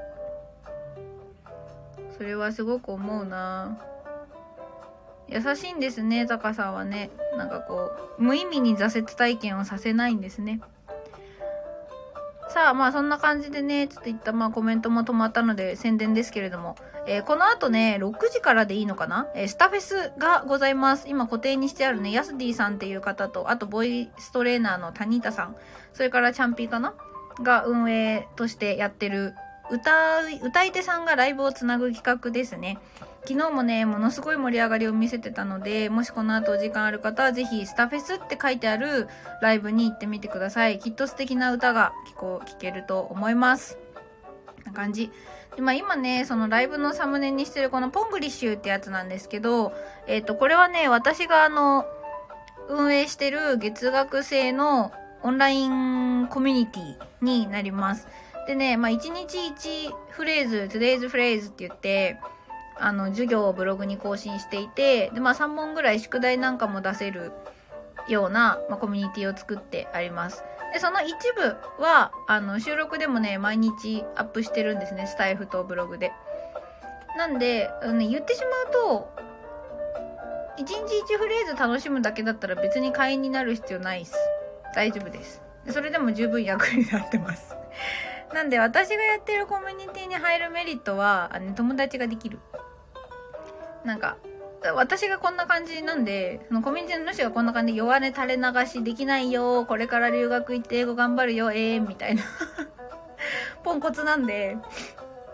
それはすごく思うな。優しいんですね、タカさんはね。なんかこう無意味に挫折体験をさせないんですね。さあ、まあそんな感じでね、ちょっといったまあコメントも止まったので宣伝ですけれども、えー、この後ね、ろくじからでいいのかな、えー、スタフェスがございます。今固定にしてあるね、ヤスディさんっていう方と、あとボイストレーナーのタニータさん、それからチャンピーかなが運営としてやってる歌い、歌い手さんがライブをつなぐ企画ですね。昨日もね、ものすごい盛り上がりを見せてたので、もしこの後お時間ある方はぜひスタフェスって書いてあるライブに行ってみてください。きっと素敵な歌が聞こう、聞けると思います。こんな感じ。で、まあ今ね、そのライブのサムネにしてるこのポングリッシュってやつなんですけど、えっと、これはね、私があの、運営してる月額制のオンラインコミュニティになります。でね、まあいちにちいちフレーズ、Today's Phrase って言って、あの授業をブログに更新していて、でまあさんぼんぐらい宿題なんかも出せるような、まあ、コミュニティを作ってあります。でその一部はあの収録でもね毎日アップしてるんですね、スタイフとブログで。なんで、ね、言ってしまうといちにちいちフレーズ楽しむだけだったら別に会員になる必要ないです。大丈夫です。でそれでも十分役になってますなんで私がやってるコミュニティに入るメリットはあの友達ができる。なんか私がこんな感じなんで、そのコミュニティの人がこんな感じで弱音垂れ流しできないよ、これから留学行って英語頑張るよ、えーみたいなポンコツなんで、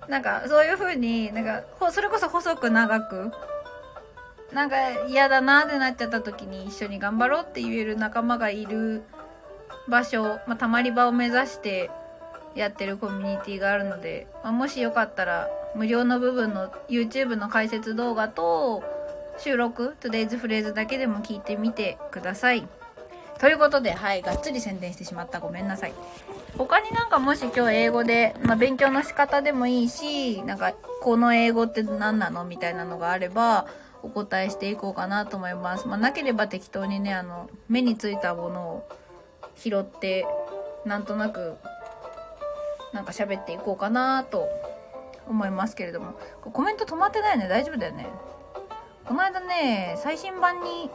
なんかそういう風になんかそれこそ細く長くなんか嫌だなってなっちゃった時に一緒に頑張ろうって言える仲間がいる場所、まあ、たまり場を目指してやってるコミュニティがあるので、まあ、もしよかったら無料の部分の YouTube の解説動画と収録 Today's フレーズだけでも聞いてみてください。ということで、はい、がっつり宣伝してしまった。ごめんなさい。他になんかもし今日英語で、まあ、勉強の仕方でもいいし、なんかこの英語って何なのみたいなのがあればお答えしていこうかなと思います。まあ、なければ適当にね、あの目についたものを拾ってなんとなくなんか喋っていこうかなと思いますけれども、コメント止まってないよね。大丈夫だよね。この間ね、最新版に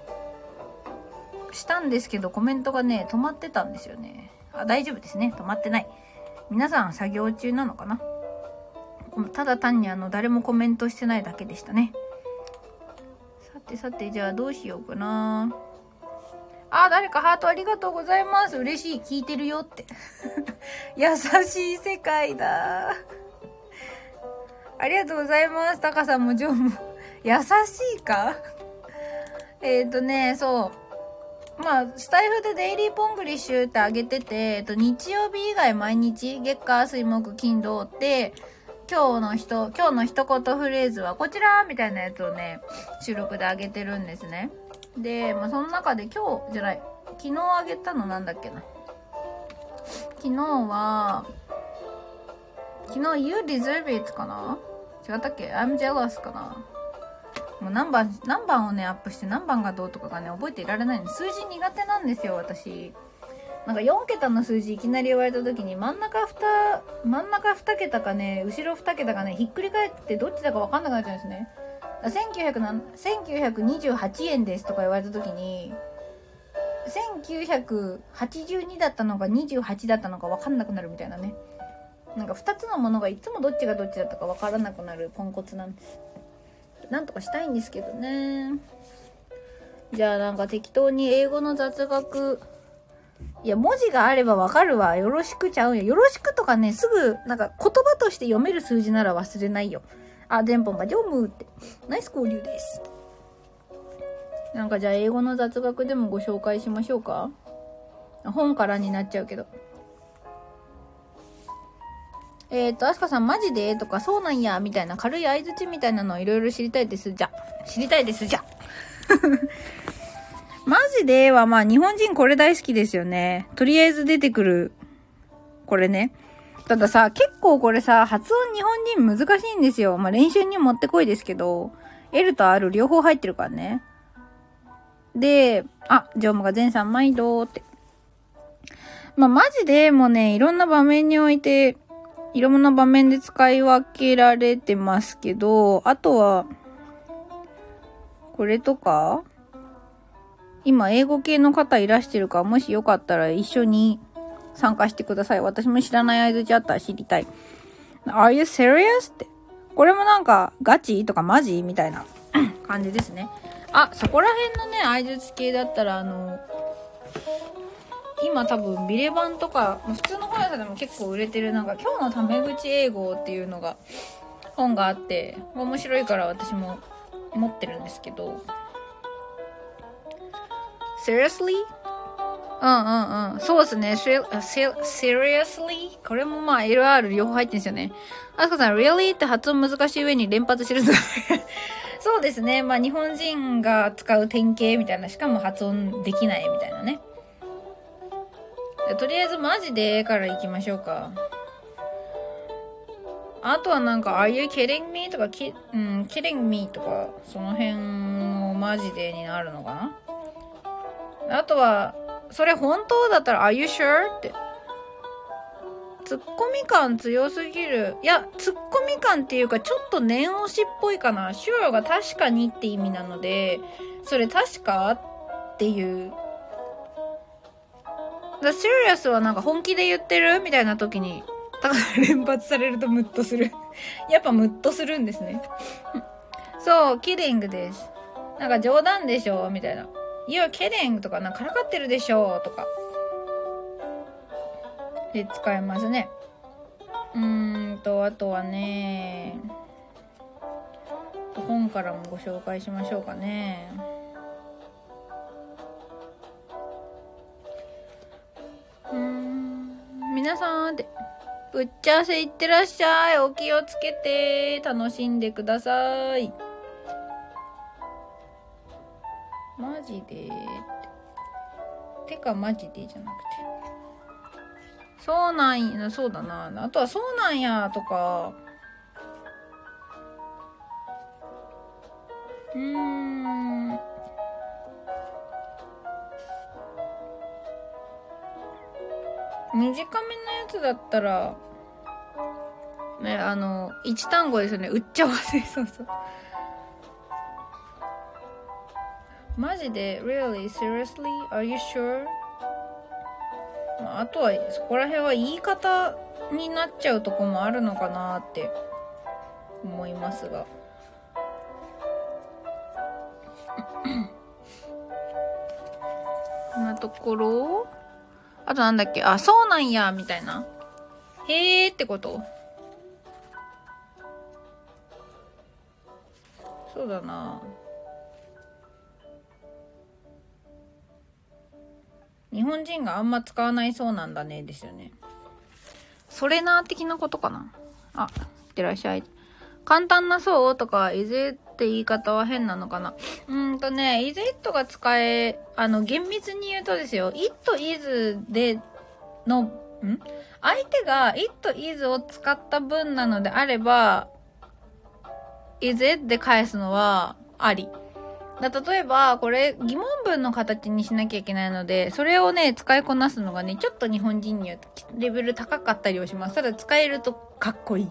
したんですけどコメントがね止まってたんですよね。あ、大丈夫ですね。止まってない。皆さん作業中なのかな。ただ単にあの誰もコメントしてないだけでしたね。さてさて、じゃあどうしようかな。あ、誰かハートありがとうございます。嬉しい。聞いてるよって優しい世界だ。ありがとうございます。タカさんもジョンも優しいかえっとね、そうまあスタイフでデイリーポングリッシュってあげてて、えっと、日曜日以外毎日月火水木金土って今日の人今日の一言フレーズはこちらみたいなやつをね収録であげてるんですね。で、まあ、その中で今日じゃない昨日あげたのなんだっけな。昨日は昨日 You deserve it かな、違ったっけ I'm jealous かな。もう何番何番をねアップして何番がどうとかがね覚えていられないんで、数字苦手なんですよ私。なんかよん桁の数字いきなり言われた時に真ん中2真ん中に桁かね後ろに桁かねひっくり返ってどっちだか分かんなくなっちゃうんですね。せんきゅうひゃくにじゅうはちえんですとか言われた時にせんきゅうひゃくはちじゅうにだったのかにじゅうはちだったのか分かんなくなるみたいなね。なんかふたつのものがいつもどっちがどっちだったか分からなくなるポンコツなんです。なんとかしたいんですけどね。じゃあなんか適当に英語の雑学、いや文字があればわかるわ。よろしくちゃうよ。よろしくとかね、すぐなんか言葉として読める数字なら忘れないよ。あ、電波がジョムってナイス交流です。なんかじゃあ英語の雑学でもご紹介しましょうか。本からになっちゃうけど、えっと、アスカさんマジでとかそうなんやみたいな軽い相槌みたいなのをいろいろ知りたいですじゃ。知りたいですじゃ。マジではまあ日本人これ大好きですよね。とりあえず出てくるこれね。たださ、結構これさ、発音日本人難しいんですよ。まあ練習にもってこいですけど、L と R 両方入ってるからね。で、あ、ジョームが前さん毎度って。まあマジでもうね、いろんな場面において、いろんな場面で使い分けられてますけど、あとは、これとか今英語系の方いらしてるから、もしよかったら一緒に参加してください。私も知らない相槌あったら知りたい。Are you serious? って。これもなんか、ガチとかマジみたいな感じですね。あ、そこら辺のね、相槌系だったら、あの、今多分ビレ版とか普通の本屋さんでも結構売れてるなんか今日のタメ口英語っていうのが本があって面白いから私も持ってるんですけど Seriously? うんうんうんそうですね Seriously? これもまあ エルアール 両方入ってるんですよね。あすかさん Really? って発音難しい上に連発してるんだそうですね。まあ日本人が使う典型みたいな、しかも発音できないみたいなね。とりあえずマジでから行きましょうか。あとはなんか Are you kidding me? とか、きうん、kidding me とかその辺もマジでになるのかな。あとはそれ本当だったら Are you sure? ってツッコミ感強すぎる。いやツッコミ感っていうかちょっと念押しっぽいかな。 sure が確かにって意味なので、それ確かっていうだ。serious はなんか本気で言ってるみたいな時に連発されるとムッとするやっぱムッとするんですねそう、kidding です。なんか冗談でしょみたいな。 You're kidding とかなんかからかってるでしょとかで使えますね。 うーんと、あとはね、本からもご紹介しましょうかね。うーん、皆さんで、ぶっちゃせいってらっしゃい。お気をつけて、楽しんでください。マジでてかマジでじゃなくて、そうなんや、そうだな、あとはそうなんやとか、うーん、短めのやつだったらね、あの一単語ですよね、打っちゃわせ。そうそう、マジで really seriously are you sure、まあ、あとはそこら辺は言い方になっちゃうとこもあるのかなって思いますがこんなところ。あとなんだっけ、あ、そうなんやみたいな、へーってこと。そうだな、日本人があんま使わないそうなんだねですよね。それな的なことかな。あ、いってらっしゃい。簡単なそうとか is it って言い方は変なのかな。うーんとね、is it が使え、あの厳密に言うとですよ、 it is でのん相手が it is を使った文なのであれば is it で返すのはありだ。例えばこれ疑問文の形にしなきゃいけないので、それをね使いこなすのがねちょっと日本人にはレベル高かったりをします。ただ使えるとかっこいい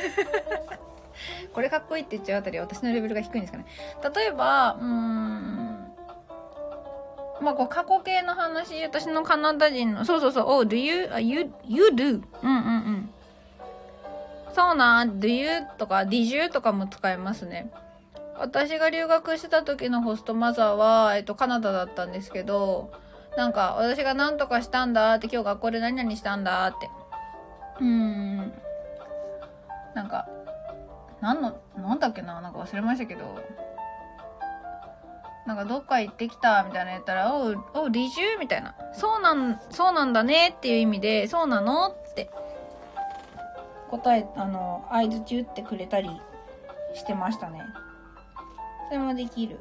これかっこいいって言っちゃうあたりは私のレベルが低いんですかね。例えばうーんまあこう過去形の話、私のカナダ人のそうそうそう、oh do you you you do うんうんうんそうなん do you とか did you とかも使えますね。私が留学してた時のホストマザーは、えっと、カナダだったんですけど、なんか私が何とかしたんだって、今日学校で何々したんだって、うーんなんかなんのなんだっけな、なんか忘れましたけど、なんかどっか行ってきたみたいな言ったら、おうおうdid youみたいな、そうなんそうなんだねっていう意味で、そうなのって答え、あの相づち打ってくれたりしてましたね。それもできる。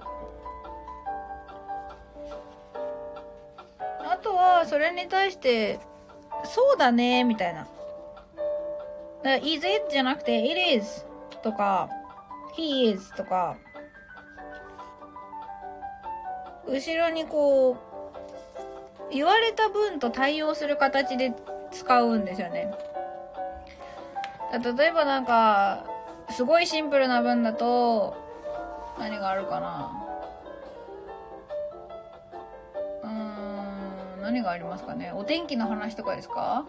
あとはそれに対してそうだねみたいな、だから is it じゃなくて it is とか he is とか、後ろにこう言われた文と対応する形で使うんですよね。例えばなんかすごいシンプルな文だと何があるかな、うーん何がありますかね。お天気の話とかですか。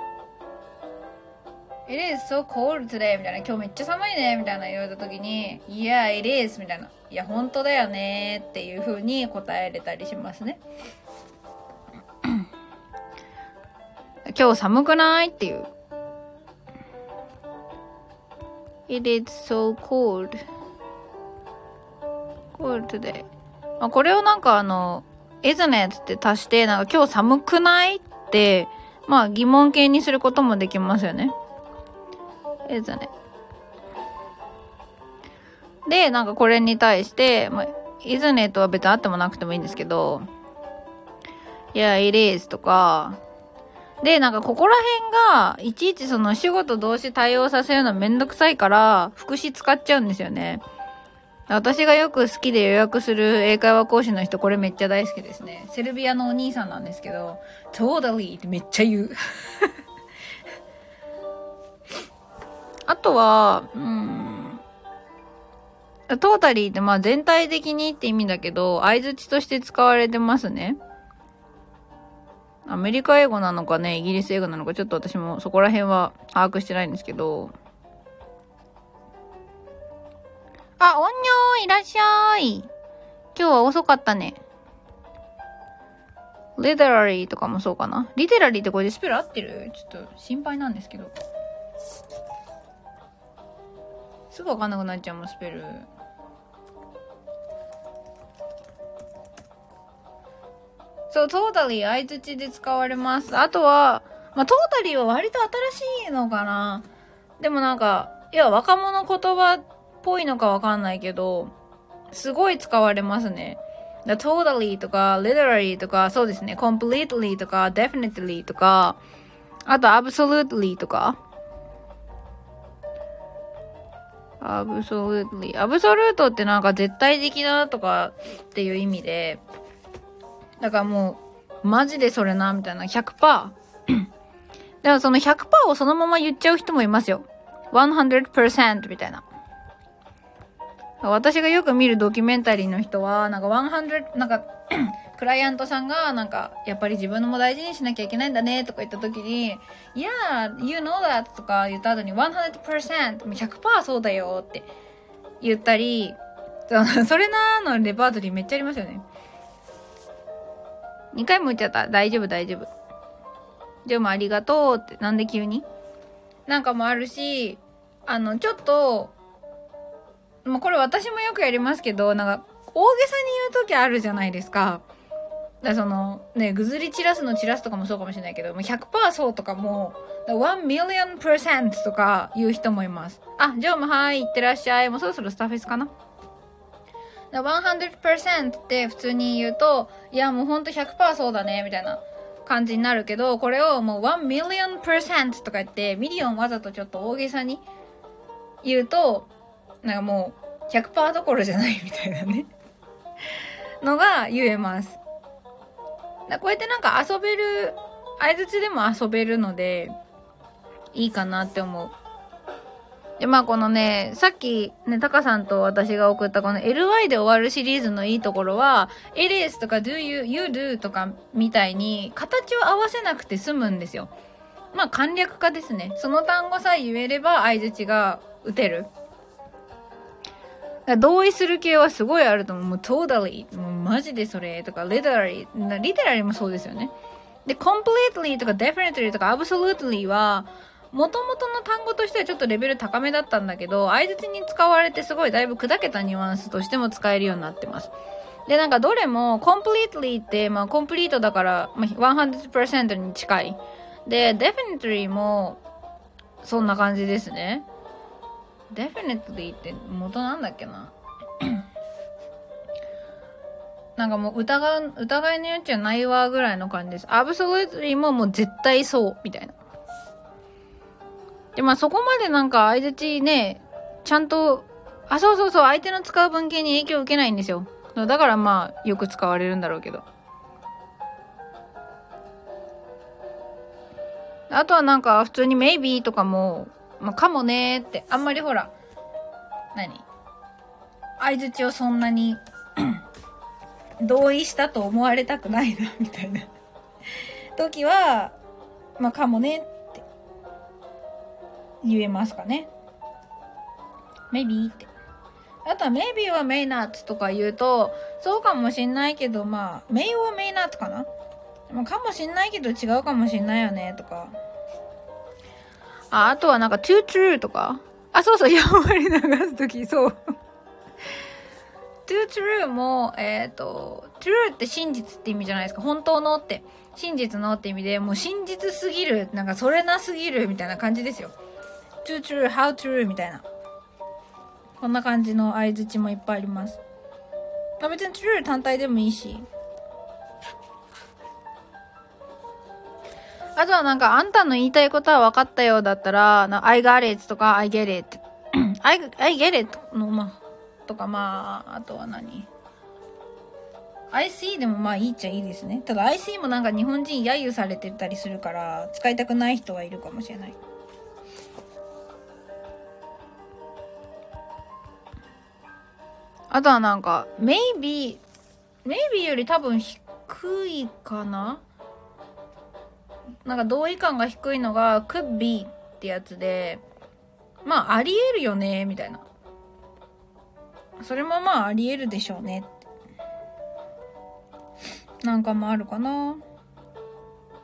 It is so cold today みたいな、今日めっちゃ寒いねみたいな言われた時に Yeah it is みたいな、いや本当だよねっていう風に答えれたりしますね今日寒くないっていう、 It is so cold cold today、まあ、これをなんかあの isn't it って足して、なんか今日寒くないってまあ疑問形にすることもできますよね。isn't it で、なんかこれに対して、まあ、isn't it は別にあってもなくてもいいんですけど、Yeah it is とかで、なんかここら辺がいちいちその主語と動詞対応させるのめんどくさいから副詞使っちゃうんですよね。私がよく好きで予約する英会話講師の人、これめっちゃ大好きですね。セルビアのお兄さんなんですけど、totally ってめっちゃ言うあとはうーんトータリーってまあ全体的にって意味だけど、相槌として使われてますね。アメリカ英語なのかね、イギリス英語なのか、ちょっと私もそこら辺は把握してないんですけど。あ、おんにょーいらっしゃい。今日は遅かったね。literary とかもそうかな。リテラリーってこれでスペル合ってる？ちょっと心配なんですけど。 すぐわかんなくなっちゃうもん、スペル。そう、totally 相槌で使われます。あとは、まあ、totally は割と新しいのかな。でもなんか、いや、若者言葉っぽいのかわかんないけど、すごい使われますね。だ totally とか literally とか、そうですね completely とか definitely とか、あと absolutely とか absolutely absolute ってなんか絶対的なとかっていう意味で、だからもうマジでそれなみたいな ひゃくパーセント だからその ひゃくパーセント をそのまま言っちゃう人もいますよ。ひゃくパーセント みたいな。私がよく見るドキュメンタリーの人は、なんかひゃく、なんか、クライアントさんが、なんか、やっぱり自分のも大事にしなきゃいけないんだね、とか言った時に、Yeah, you know that とか言った後に、ひゃくパーセント、ひゃくパーセント そうだよって言ったり、それなーのレパートリーめっちゃありますよね。にかいも言っちゃった。大丈夫、大丈夫。でもありがとうって、なんで急になんかもあるし、あの、ちょっと、まあ、これ私もよくやりますけど、なんか、大げさに言うときあるじゃないですか。だからその、ね、ぐずり散らすの散らすとかもそうかもしれないけど、ひゃくパーセント そうとかも、いちミリオンパーセントとか言う人もいます。あ、常務はい、いってらっしゃい。もうそろそろスターフェスかな。だからひゃくパーセントって普通に言うと、いやもうほんと ひゃくパーセント そうだね、みたいな感じになるけど、これをもういちミリオンパーセントとか言って、ミリオンわざとちょっと大げさに言うと、なんかもう ひゃくパーセント どころじゃないみたいなねのが言えます。だこうやってなんか遊べる、相槌でも遊べるのでいいかなって思う。でまあこのね、さっきねタカさんと私が送ったこの エルワイ で終わるシリーズのいいところは it is とか do you, you do とかみたいに形を合わせなくて済むんですよ。まあ簡略化ですね。その単語さえ言えれば相槌が打てる。同意する系はすごいあると思う。もう totally もうマジでそれとか literally literally もそうですよね。で completely とか definitely とか absolutely は元々の単語としてはちょっとレベル高めだったんだけど、相槌に使われてすごいだいぶ砕けたニュアンスとしても使えるようになってます。でなんかどれも completely ってまあ complete だから、まあ、ひゃくパーセント に近い。で definitely もそんな感じですね。definitely って元なんだっけななんかもう疑う、疑いの余地はないわぐらいの感じです。absolutely ももう絶対そうみたいな。でまあそこまでなんか相槌ね、ちゃんと、あそうそうそう、相手の使う文型に影響を受けないんですよ。だからまあよく使われるんだろうけど。あとはなんか普通に maybe とかも、まあ、かもねーってあんまりほら何相槌をそんなに同意したと思われたくないなみたいな時はまあかもねって言えますかね。 maybe って。あとは maybe は may not とか言うとそうかもしんないけどまあ may は may not かな、まあ、かもしんないけど違うかもしんないよねとか。あ、あとはなんか too true とか。あ、そうそう、やんわり流すとき、そう。too true も、えっと、true って真実って意味じゃないですか。本当のって。真実のって意味で、もう真実すぎる、なんかそれなすぎるみたいな感じですよ。too true, how true みたいな。こんな感じの相槌もいっぱいあります。まあ、別に true 単体でもいいし。あとはなんかあんたの言いたいことは分かったようだったら、I got it とか I get it I, I get it のまあとかまああとは何 I see でもまあいいっちゃいいですね。ただ I see もなんか日本人揶揄されてたりするから使いたくない人はいるかもしれない。あとはなんか maybe maybe より多分低いかな。なんか同意感が低いのが could be ってやつで、まあありえるよねみたいな。それもまあありえるでしょうねってなんかもあるかな。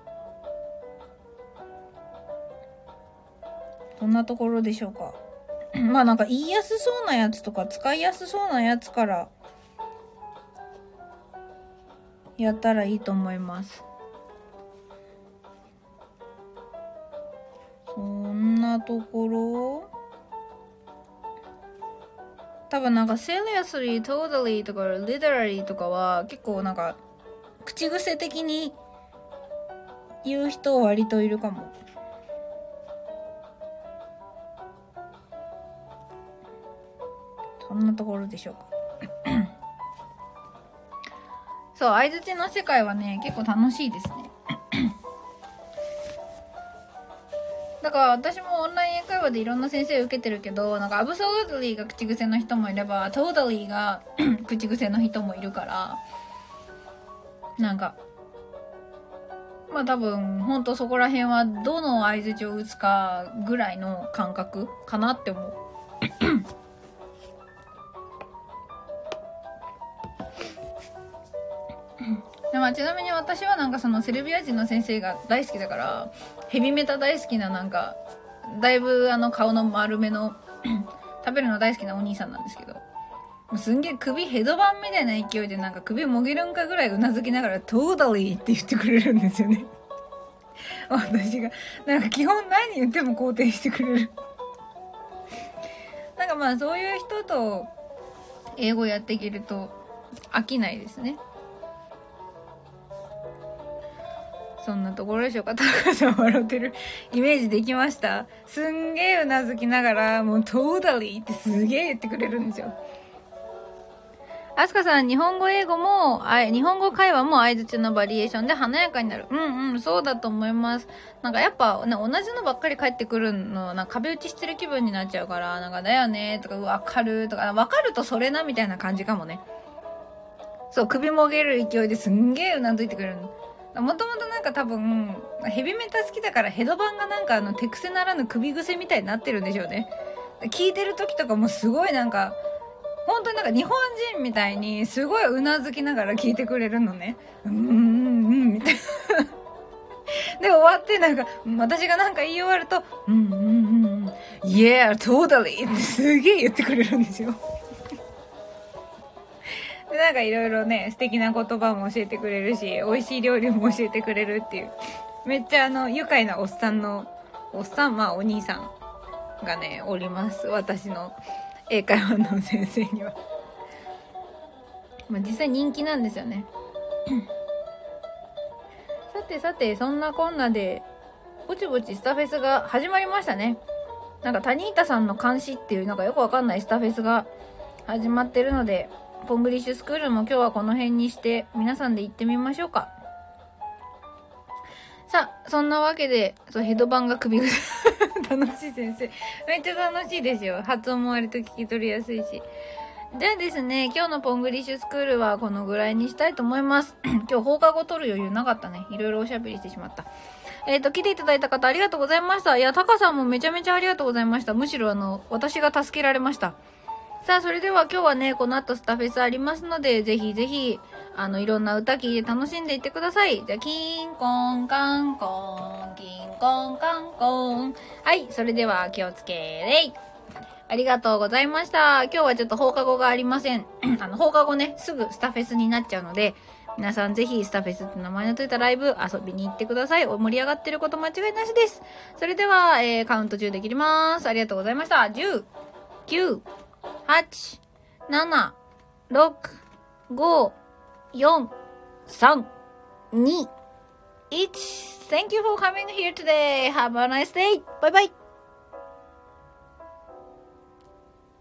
こんなところでしょうかまあなんか言いやすそうなやつとか使いやすそうなやつからやったらいいと思います。そんなところ多分なんか seriously, totally とか literally とかは結構なんか口癖的に言う人割といるかも。そんなところでしょうか。そう、相づちの世界はね結構楽しいですね。だから私もオンライン英会話でいろんな先生を受けてるけど、なんか absolutely が口癖の人もいれば totally が口癖の人もいるから、なんかまあ多分ほんとそこら辺はどの相づちを打つかぐらいの感覚かなって思う。でまあ、ちなみに私はなんかそのセルビア人の先生が大好きだからヘビメタ大好きななんかだいぶあの顔の丸めの食べるの大好きなお兄さんなんですけど、すんげえ首ヘドバンみたいな勢いでなんか首もげるんかぐらいうなずきながらトータリーって言ってくれるんですよね。私がなんか基本何言っても肯定してくれる。なんかまあそういう人と英語やっていけると飽きないですね。そんなところでしょうか。高橋さん笑ってるイメージできました？すんげえうなずきながらもうトータリーってすげえ言ってくれるんですよ。あすかさん、日本語英語もあ日本語会話も相づちのバリエーションで華やかになる。うんうん、そうだと思います。なんかやっぱ、ね、同じのばっかり返ってくるのなんか壁打ちしてる気分になっちゃうから、なんかだよねとかわかるとかわかるとそれなみたいな感じかもね。そう首もげる勢いですんげえうなずいてくれるの。もともとなんか多分ヘビメタ好きだからヘドバンがなんかあの手癖ならぬ首癖みたいになってるんでしょうね。聞いてる時とかもすごいなんか本当になんか日本人みたいにすごいうなずきながら聞いてくれるのね。うーんうんうんみたいな。で終わってなんか私がなんか言い終わるとうんうんうん Yeah totally ってすげえ言ってくれるんですよ。でなんかいろいろね素敵な言葉も教えてくれるし美味しい料理も教えてくれるっていうめっちゃあの愉快なおっさんのおっさんまあお兄さんがねおります。私の英会話の先生にはまあ実際人気なんですよね。さてさてそんなこんなでぼちぼちスタフェスが始まりましたね。なんかタニータさんの監視っていうなんかよくわかんないスタフェスが始まってるのでポングリッシュスクールも今日はこの辺にして皆さんで行ってみましょうか。さあそんなわけでそうヘドバンが首が楽しい先生めっちゃ楽しいですよ。発音も割と聞き取りやすいし。じゃあですね今日のポングリッシュスクールはこのぐらいにしたいと思います。今日放課後撮る余裕なかったね。いろいろおしゃべりしてしまった。えっと来ていただいた方ありがとうございました。いやタカさんもめちゃめちゃありがとうございました。むしろあの私が助けられました。さあそれでは今日はねこの後スタフェスありますのでぜひぜひあのいろんな歌聞いて楽しんでいってください。じゃあキンコンカンコンキンコンカンコン。はいそれでは気をつけれい。ありがとうございました。今日はちょっと放課後がありません。あの放課後ねすぐスタフェスになっちゃうので皆さんぜひスタフェスって名前のついたライブ遊びに行ってください。盛り上がってること間違いなしです。それでは、えー、カウント中で切ります。ありがとうございました。じゅう、きゅう、はち、なな、ろく、ご、よん、さん、に、いち Thank you for coming here today. Have a nice day. Bye bye.